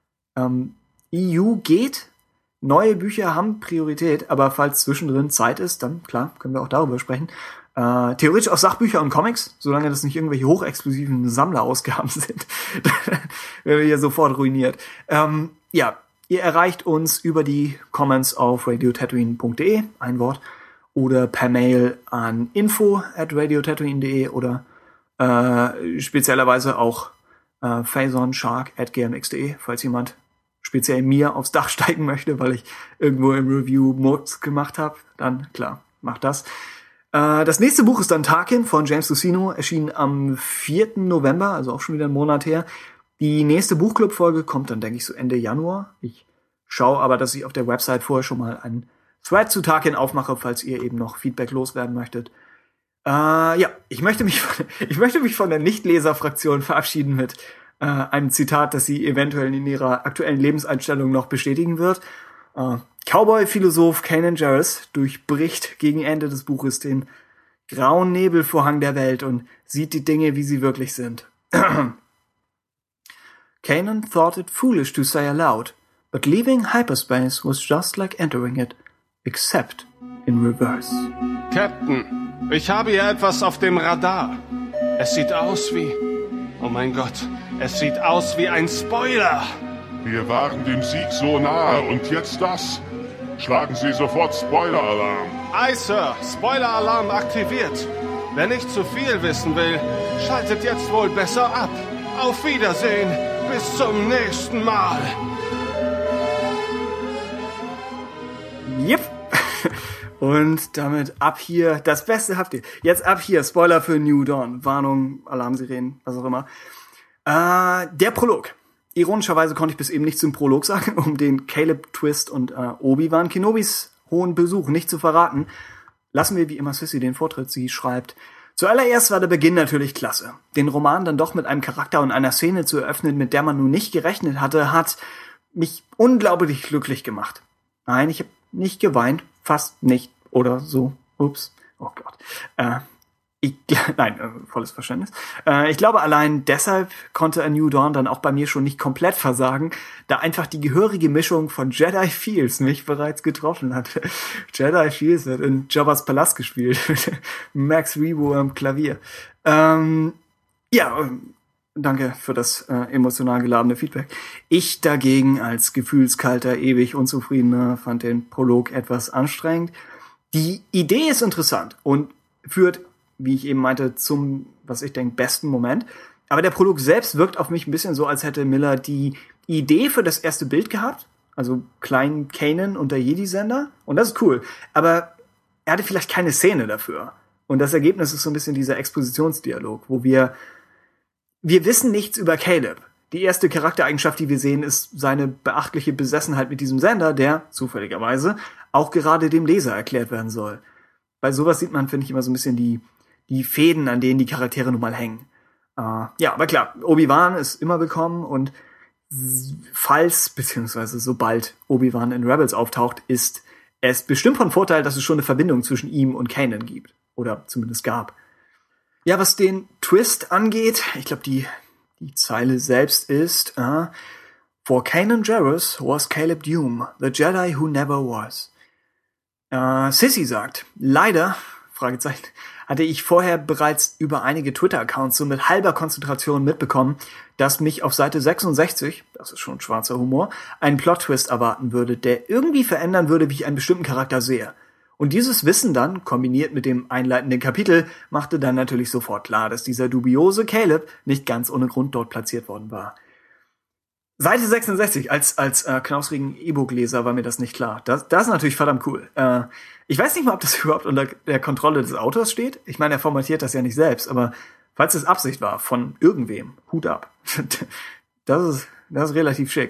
EU geht. Neue Bücher haben Priorität, aber falls zwischendrin Zeit ist, dann klar, können wir auch darüber sprechen. Theoretisch auch Sachbücher und Comics, solange das nicht irgendwelche hochexklusiven Sammlerausgaben sind. Werden wir hier sofort ruiniert. Ja, ihr erreicht uns über die Comments auf radiotatooine.de, ein Wort, oder per Mail an info@radiotatooine.de oder speziellerweise auch phasonshark@gmx.de, falls jemand speziell mir aufs Dach steigen möchte, weil ich irgendwo im Review Mods gemacht habe, dann klar, macht das. Das nächste Buch ist dann Tarkin von James Luceno, erschienen am 4. November, also auch schon wieder einen Monat her. Die nächste Buchclub-Folge kommt dann, denke ich, so Ende Januar. Ich schaue aber, dass ich auf der Website vorher schon mal einen Thread zu Tarkin aufmache, falls ihr eben noch Feedback loswerden möchtet. Ja, ich möchte mich von der Nichtleser-Fraktion verabschieden mit einem Zitat, das sie eventuell in ihrer aktuellen Lebenseinstellung noch bestätigen wird. Cowboy-Philosoph Kanan Jarrus durchbricht gegen Ende des Buches den grauen Nebelvorhang der Welt und sieht die Dinge, wie sie wirklich sind. Kanan thought it foolish to say aloud, but leaving hyperspace was just like entering it, except in reverse. Captain, ich habe hier etwas auf dem Radar. Es sieht aus wie... Oh mein Gott, es sieht aus wie ein Spoiler. Wir waren dem Sieg so nahe und jetzt das. Schlagen Sie sofort Spoiler-Alarm. Aye, Sir. Spoiler-Alarm aktiviert. Wer nicht zu viel wissen will, schaltet jetzt wohl besser ab. Auf Wiedersehen. Bis zum nächsten Mal. Yep. Und damit ab hier. Das Beste habt ihr. Jetzt ab hier. Spoiler für New Dawn. Warnung, Alarmsirenen, was auch immer. Der Prolog. Ironischerweise konnte ich bis eben nicht zum Prolog sagen, um den Caleb-Twist und Obi-Wan Kenobis hohen Besuch nicht zu verraten. Lassen wir wie immer Sissy den Vortritt. Sie schreibt: Zuallererst war der Beginn natürlich klasse. Den Roman dann doch mit einem Charakter und einer Szene zu eröffnen, mit der man nun nicht gerechnet hatte, hat mich unglaublich glücklich gemacht. Nein, ich habe nicht geweint. Fast nicht. Oder so. Ups. Oh Gott. Volles Verständnis. Ich glaube, allein deshalb konnte A New Dawn dann auch bei mir schon nicht komplett versagen, da einfach die gehörige Mischung von Jedi Feels mich bereits getroffen hat. Jedi Feels wird in Jabba's Palast gespielt. Max Rebo am Klavier. Danke für das emotional geladene Feedback. Ich dagegen als gefühlskalter, ewig Unzufriedener fand den Prolog etwas anstrengend. Die Idee ist interessant und führt, wie ich eben meinte, zum, was ich denke, besten Moment. Aber der Prolog selbst wirkt auf mich ein bisschen so, als hätte Miller die Idee für das erste Bild gehabt. Also kleinen Kanan und der Jedi-Sender. Und das ist cool. Aber er hatte vielleicht keine Szene dafür. Und das Ergebnis ist so ein bisschen dieser Expositionsdialog, wo wir wissen nichts über Caleb. Die erste Charaktereigenschaft, die wir sehen, ist seine beachtliche Besessenheit mit diesem Sender, der, zufälligerweise, auch gerade dem Leser erklärt werden soll. Bei sowas sieht man, finde ich, immer so ein bisschen die Fäden, an denen die Charaktere nun mal hängen. Ja, aber klar, Obi-Wan ist immer willkommen und beziehungsweise sobald Obi-Wan in Rebels auftaucht, ist es bestimmt von Vorteil, dass es schon eine Verbindung zwischen ihm und Kanan gibt. Oder zumindest gab. Ja, was den Twist angeht, ich glaube, die Zeile selbst ist, For Kanan Jarrus was Caleb Dume, the Jedi who never was. Sissy sagt, leider, Fragezeichen, hatte ich vorher bereits über einige Twitter-Accounts so mit halber Konzentration mitbekommen, dass mich auf Seite 66, das ist schon schwarzer Humor, einen Plot-Twist erwarten würde, der irgendwie verändern würde, wie ich einen bestimmten Charakter sehe. Und dieses Wissen dann, kombiniert mit dem einleitenden Kapitel, machte dann natürlich sofort klar, dass dieser dubiose Caleb nicht ganz ohne Grund dort platziert worden war. Seite 66, als knausrigen E-Book-Leser war mir das nicht klar. Das ist natürlich verdammt cool. Ich weiß nicht mal, ob das überhaupt unter der Kontrolle des Autors steht. Ich meine, er formatiert das ja nicht selbst, aber falls es Absicht war von irgendwem, Hut ab. Das ist relativ schick.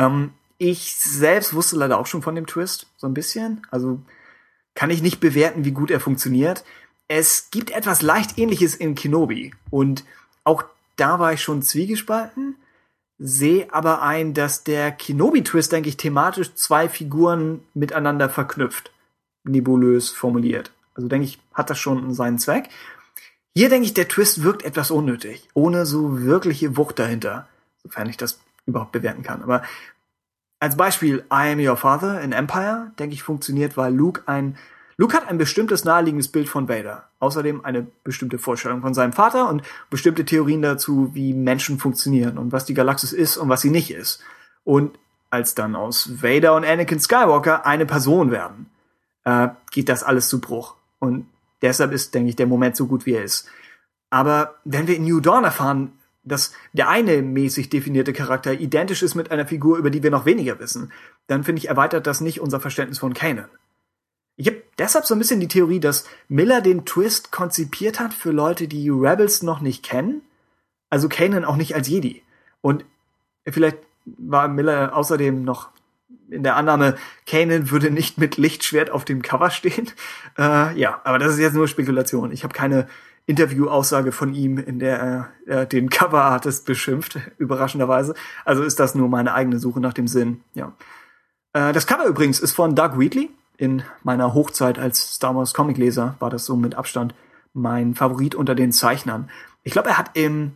Ich selbst wusste leider auch schon von dem Twist, so ein bisschen. Also kann ich nicht bewerten, wie gut er funktioniert. Es gibt etwas leicht Ähnliches in Kenobi. Und auch da war ich schon zwiegespalten. Sehe aber ein, dass der Kenobi-Twist, denke ich, thematisch zwei Figuren miteinander verknüpft. Nebulös formuliert. Also denke ich, hat das schon seinen Zweck. Hier denke ich, der Twist wirkt etwas unnötig. Ohne so wirkliche Wucht dahinter. Sofern ich das überhaupt bewerten kann. Aber als Beispiel I Am Your Father in Empire, denke ich, funktioniert, weil Luke hat ein bestimmtes naheliegendes Bild von Vader. Außerdem eine bestimmte Vorstellung von seinem Vater und bestimmte Theorien dazu, wie Menschen funktionieren und was die Galaxis ist und was sie nicht ist. Und als dann aus Vader und Anakin Skywalker eine Person werden, geht das alles zu Bruch. Und deshalb ist, denke ich, der Moment so gut, wie er ist. Aber wenn wir in New Dawn erfahren, dass der eine mäßig definierte Charakter identisch ist mit einer Figur, über die wir noch weniger wissen, dann finde ich, erweitert das nicht unser Verständnis von Kanan. Ich habe deshalb so ein bisschen die Theorie, dass Miller den Twist konzipiert hat für Leute, die Rebels noch nicht kennen. Also Kanan auch nicht als Jedi. Und vielleicht war Miller außerdem noch in der Annahme, Kanan würde nicht mit Lichtschwert auf dem Cover stehen. Ja, aber das ist jetzt nur Spekulation. Ich habe keine Interview-Aussage von ihm, in der er den Cover-Artist beschimpft, überraschenderweise. Also ist das nur meine eigene Suche nach dem Sinn. Ja. Das Cover übrigens ist von Doug Wheatley. In meiner Hochzeit als Star Wars Comicleser war das so mit Abstand mein Favorit unter den Zeichnern. Ich glaube, er hat im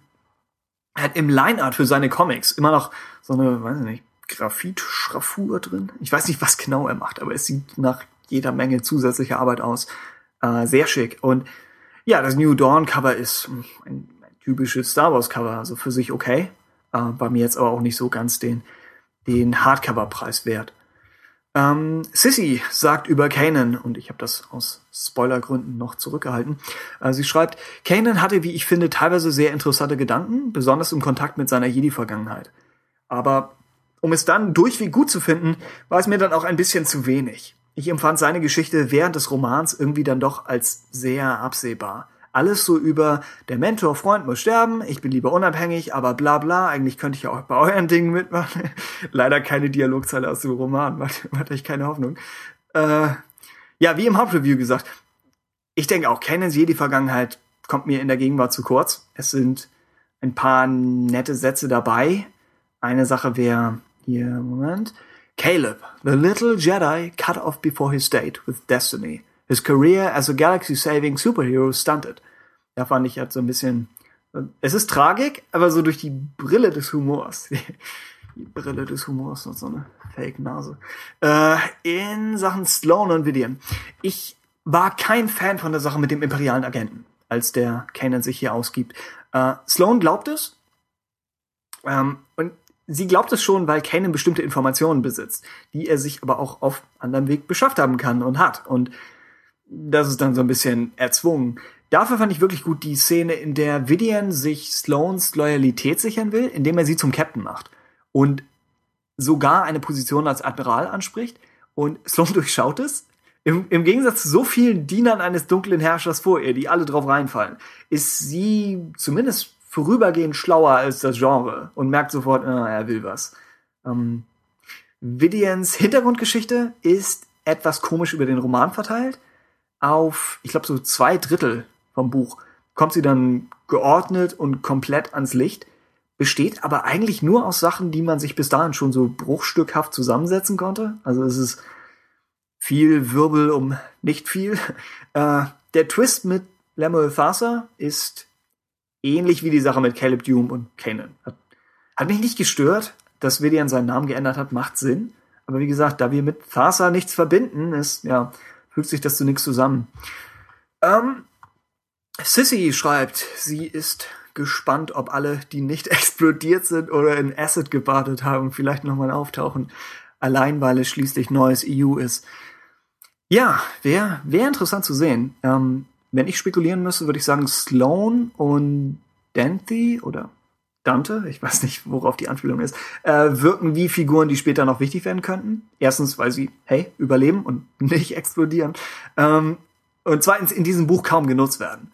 Lineart für seine Comics immer noch so eine, weiß ich nicht, Graphit-Schraffur drin. Ich weiß nicht, was genau er macht, aber es sieht nach jeder Menge zusätzlicher Arbeit aus. Sehr schick. Und ja, das New Dawn Cover ist ein typisches Star Wars Cover, also für sich okay. War mir jetzt aber auch nicht so ganz den Hardcover-Preis wert. Sissy sagt über Kanan, und ich habe das aus Spoilergründen noch zurückgehalten, sie schreibt, Kanan hatte, wie ich finde, teilweise sehr interessante Gedanken, besonders im Kontakt mit seiner Jedi-Vergangenheit. Aber um es dann durchweg gut zu finden, war es mir dann auch ein bisschen zu wenig. Ich empfand seine Geschichte während des Romans irgendwie dann doch als sehr absehbar. Alles so über, der Mentor-Freund muss sterben, ich bin lieber unabhängig, aber bla bla, eigentlich könnte ich ja auch bei euren Dingen mitmachen. Leider keine Dialogzeile aus dem Roman, hatte ich keine Hoffnung. Ja, wie im Hauptreview gesagt, ich denke auch, Kanans Jedi-Vergangenheit kommt mir in der Gegenwart zu kurz. Es sind ein paar nette Sätze dabei. Eine Sache wäre, hier, Moment, Caleb, the little Jedi cut off before his date with destiny. His career as a galaxy-saving superhero stunted. Da fand ich halt so ein bisschen, es ist Tragik, aber so durch die Brille des Humors. Die Brille des Humors und so eine Fake-Nase. In Sachen Sloane und Vidian. Ich war kein Fan von der Sache mit dem imperialen Agenten, als der Kanan sich hier ausgibt. Sloane glaubt es. Und sie glaubt es schon, weil Kanan bestimmte Informationen besitzt, die er sich aber auch auf anderem Weg beschafft haben kann und hat. Und das ist dann so ein bisschen erzwungen. Dafür fand ich wirklich gut die Szene, in der Vidian sich Sloanes Loyalität sichern will, indem er sie zum Captain macht. Und sogar eine Position als Admiral anspricht. Und Sloane durchschaut es. Im Gegensatz zu so vielen Dienern eines dunklen Herrschers vor ihr, die alle drauf reinfallen, ist sie zumindest vorübergehend schlauer als das Genre und merkt sofort, er will was. Vidians Hintergrundgeschichte ist etwas komisch über den Roman verteilt. Auf, ich glaube, so 2/3 vom Buch kommt sie dann geordnet und komplett ans Licht, besteht aber eigentlich nur aus Sachen, die man sich bis dahin schon so bruchstückhaft zusammensetzen konnte. Also es ist viel Wirbel um nicht viel. Der Twist mit Lemuel Thassa ist ähnlich wie die Sache mit Caleb Dume und Kanan. Hat mich nicht gestört, dass Vidian seinen Namen geändert hat, macht Sinn. Aber wie gesagt, da wir mit Thassa nichts verbinden, fügt sich das zu nichts zusammen. Sissy schreibt, sie ist gespannt, ob alle, die nicht explodiert sind oder in Acid gebadet haben, vielleicht nochmal auftauchen. Allein, weil es schließlich neues EU ist. Ja, wäre interessant zu sehen. Wenn ich spekulieren müsste, würde ich sagen, Sloane und Dante, ich weiß nicht, worauf die Anspielung ist, wirken wie Figuren, die später noch wichtig werden könnten. Erstens, weil sie, überleben und nicht explodieren. Und zweitens, in diesem Buch kaum genutzt werden.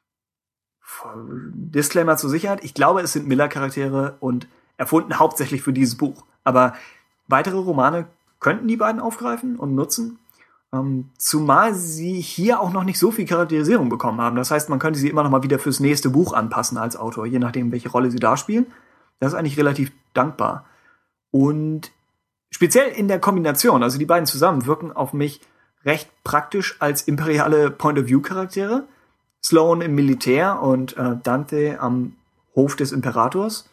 Disclaimer zur Sicherheit, ich glaube, es sind Miller-Charaktere und erfunden hauptsächlich für dieses Buch. Aber weitere Romane könnten die beiden aufgreifen und nutzen. Zumal sie hier auch noch nicht so viel Charakterisierung bekommen haben. Das heißt, man könnte sie immer noch mal wieder fürs nächste Buch anpassen als Autor, je nachdem, welche Rolle sie da spielen. Das ist eigentlich relativ dankbar. Und speziell in der Kombination, also die beiden zusammen, wirken auf mich recht praktisch als imperiale Point-of-View-Charaktere. Sloane im Militär und Dante am Hof des Imperators.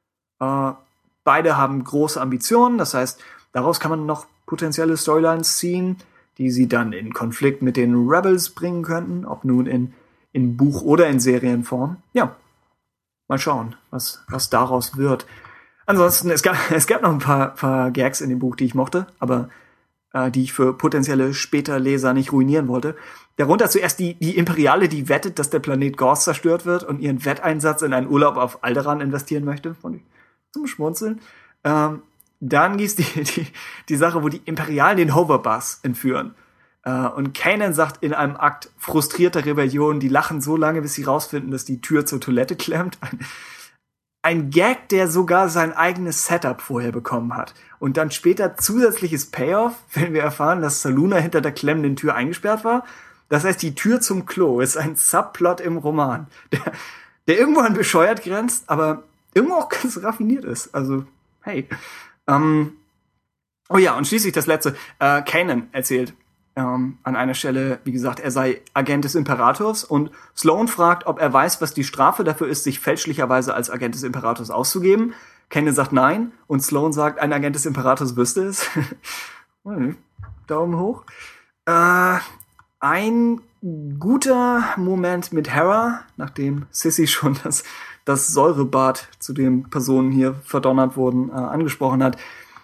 Beide haben große Ambitionen, das heißt, daraus kann man noch potenzielle Storylines ziehen, die sie dann in Konflikt mit den Rebels bringen könnten, ob nun in Buch- oder in Serienform. Ja, mal schauen, was daraus wird. Ansonsten, es gab noch ein paar Gags in dem Buch, die ich mochte, aber die ich für potenzielle später Leser nicht ruinieren wollte. Darunter zuerst die Imperiale, die wettet, dass der Planet Gorz zerstört wird und ihren Wetteinsatz in einen Urlaub auf Alderaan investieren möchte. Fand ich zum Schmunzeln. Dann gibt's die Sache, wo die Imperialen den Hoverbass entführen. Und Kanan sagt in einem Akt frustrierter Rebellion, die lachen so lange, bis sie rausfinden, dass die Tür zur Toilette klemmt. Ein Gag, der sogar sein eigenes Setup vorher bekommen hat. Und dann später zusätzliches Payoff, wenn wir erfahren, dass Saluna hinter der klemmenden Tür eingesperrt war. Das heißt, die Tür zum Klo ist ein Subplot im Roman, der irgendwo an bescheuert grenzt, aber irgendwo auch ganz raffiniert ist. Also, hey. Oh ja, und schließlich das letzte. Kanan erzählt an einer Stelle, wie gesagt, er sei Agent des Imperators und Sloane fragt, ob er weiß, was die Strafe dafür ist, sich fälschlicherweise als Agent des Imperators auszugeben. Kanan sagt nein und Sloane sagt, ein Agent des Imperators wüsste es. Daumen hoch. Ein guter Moment mit Hera, nachdem Sissy schon das Säurebad, zu dem Personen hier verdonnert wurden, angesprochen hat.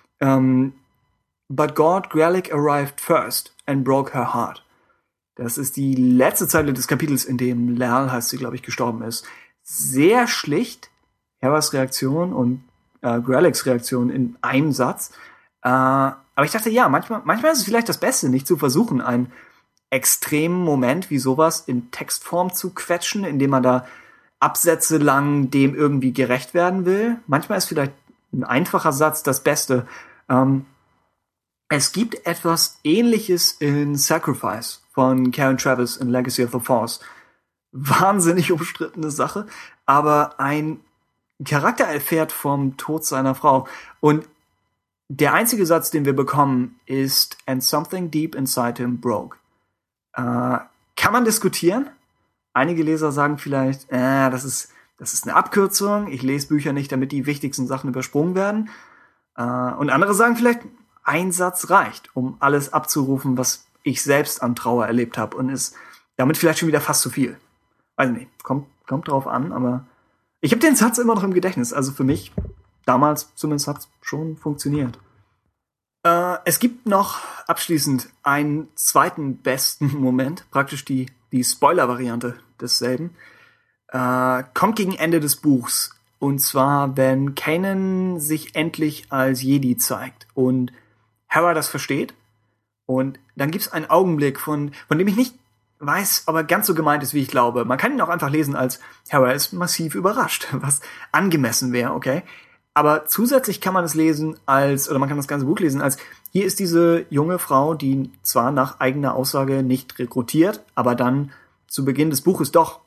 But God Grallick arrived first and broke her heart. Das ist die letzte Zeile des Kapitels, in dem Lal, heißt sie, glaube ich, gestorben ist. Sehr schlicht, Heras Reaktion und Grallicks Reaktion in einem Satz. Aber ich dachte, ja, manchmal ist es vielleicht das Beste, nicht zu versuchen, einen extremen Moment wie sowas in Textform zu quetschen, indem man da Absätze lang dem irgendwie gerecht werden will. Manchmal ist vielleicht ein einfacher Satz das Beste. Es gibt etwas Ähnliches in Sacrifice von Karen Traviss in Legacy of the Force. Wahnsinnig umstrittene Sache, aber ein Charakter erfährt vom Tod seiner Frau. Und der einzige Satz, den wir bekommen, ist "And something deep inside him broke." Kann man diskutieren? Einige Leser sagen vielleicht, das ist eine Abkürzung, ich lese Bücher nicht, damit die wichtigsten Sachen übersprungen werden. Und andere sagen vielleicht, ein Satz reicht, um alles abzurufen, was ich selbst an Trauer erlebt habe und ist damit vielleicht schon wieder fast zu viel. Weiß nicht, kommt drauf an, aber ich habe den Satz immer noch im Gedächtnis. Also für mich, damals zumindest, hat es schon funktioniert. Es gibt noch abschließend einen zweiten besten Moment, praktisch die Spoiler-Variante desselben. Kommt gegen Ende des Buchs. Und zwar, wenn Kanan sich endlich als Jedi zeigt und Hera das versteht. Und dann gibt's einen Augenblick, von dem ich nicht weiß, ob er ganz so gemeint ist, wie ich glaube. Man kann ihn auch einfach lesen als Hera ist massiv überrascht, was angemessen wäre, okay? Aber zusätzlich kann man es lesen oder man kann das ganze Buch lesen als, hier ist diese junge Frau, die zwar nach eigener Aussage nicht rekrutiert, aber dann zu Beginn des Buches doch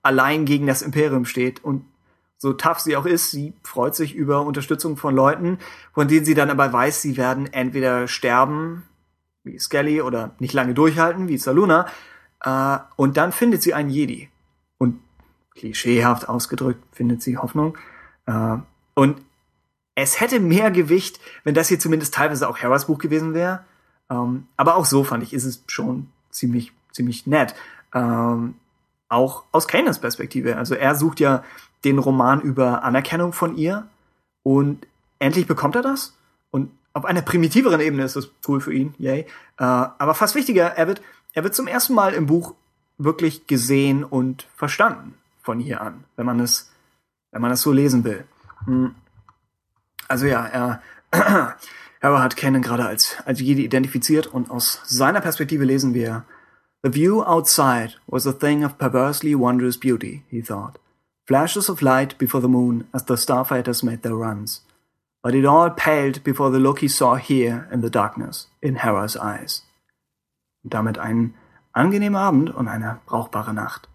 allein gegen das Imperium steht. Und so tough sie auch ist, sie freut sich über Unterstützung von Leuten, von denen sie dann aber weiß, sie werden entweder sterben, wie Skelly, oder nicht lange durchhalten, wie Saluna. Und dann findet sie einen Jedi. Und klischeehaft ausgedrückt findet sie Hoffnung. Und es hätte mehr Gewicht, wenn das hier zumindest teilweise auch Heras Buch gewesen wäre. Aber auch so fand ich, ist es schon ziemlich nett. Auch aus Kanans Perspektive. Also er sucht ja den Roman über Anerkennung von ihr und endlich bekommt er das. Und auf einer primitiveren Ebene ist das cool für ihn, yay. Aber fast wichtiger, er wird zum ersten Mal im Buch wirklich gesehen und verstanden von hier an, wenn man es so lesen will. Also ja, Hera hat Kanan gerade als Jedi identifiziert und aus seiner Perspektive lesen wir: The view outside was a thing of perversely wondrous beauty, he thought. Flashes of light before the moon as the starfighters made their runs. But it all paled before the look he saw here in the darkness, in Hera's eyes. Und damit einen angenehmen Abend und eine brauchbare Nacht.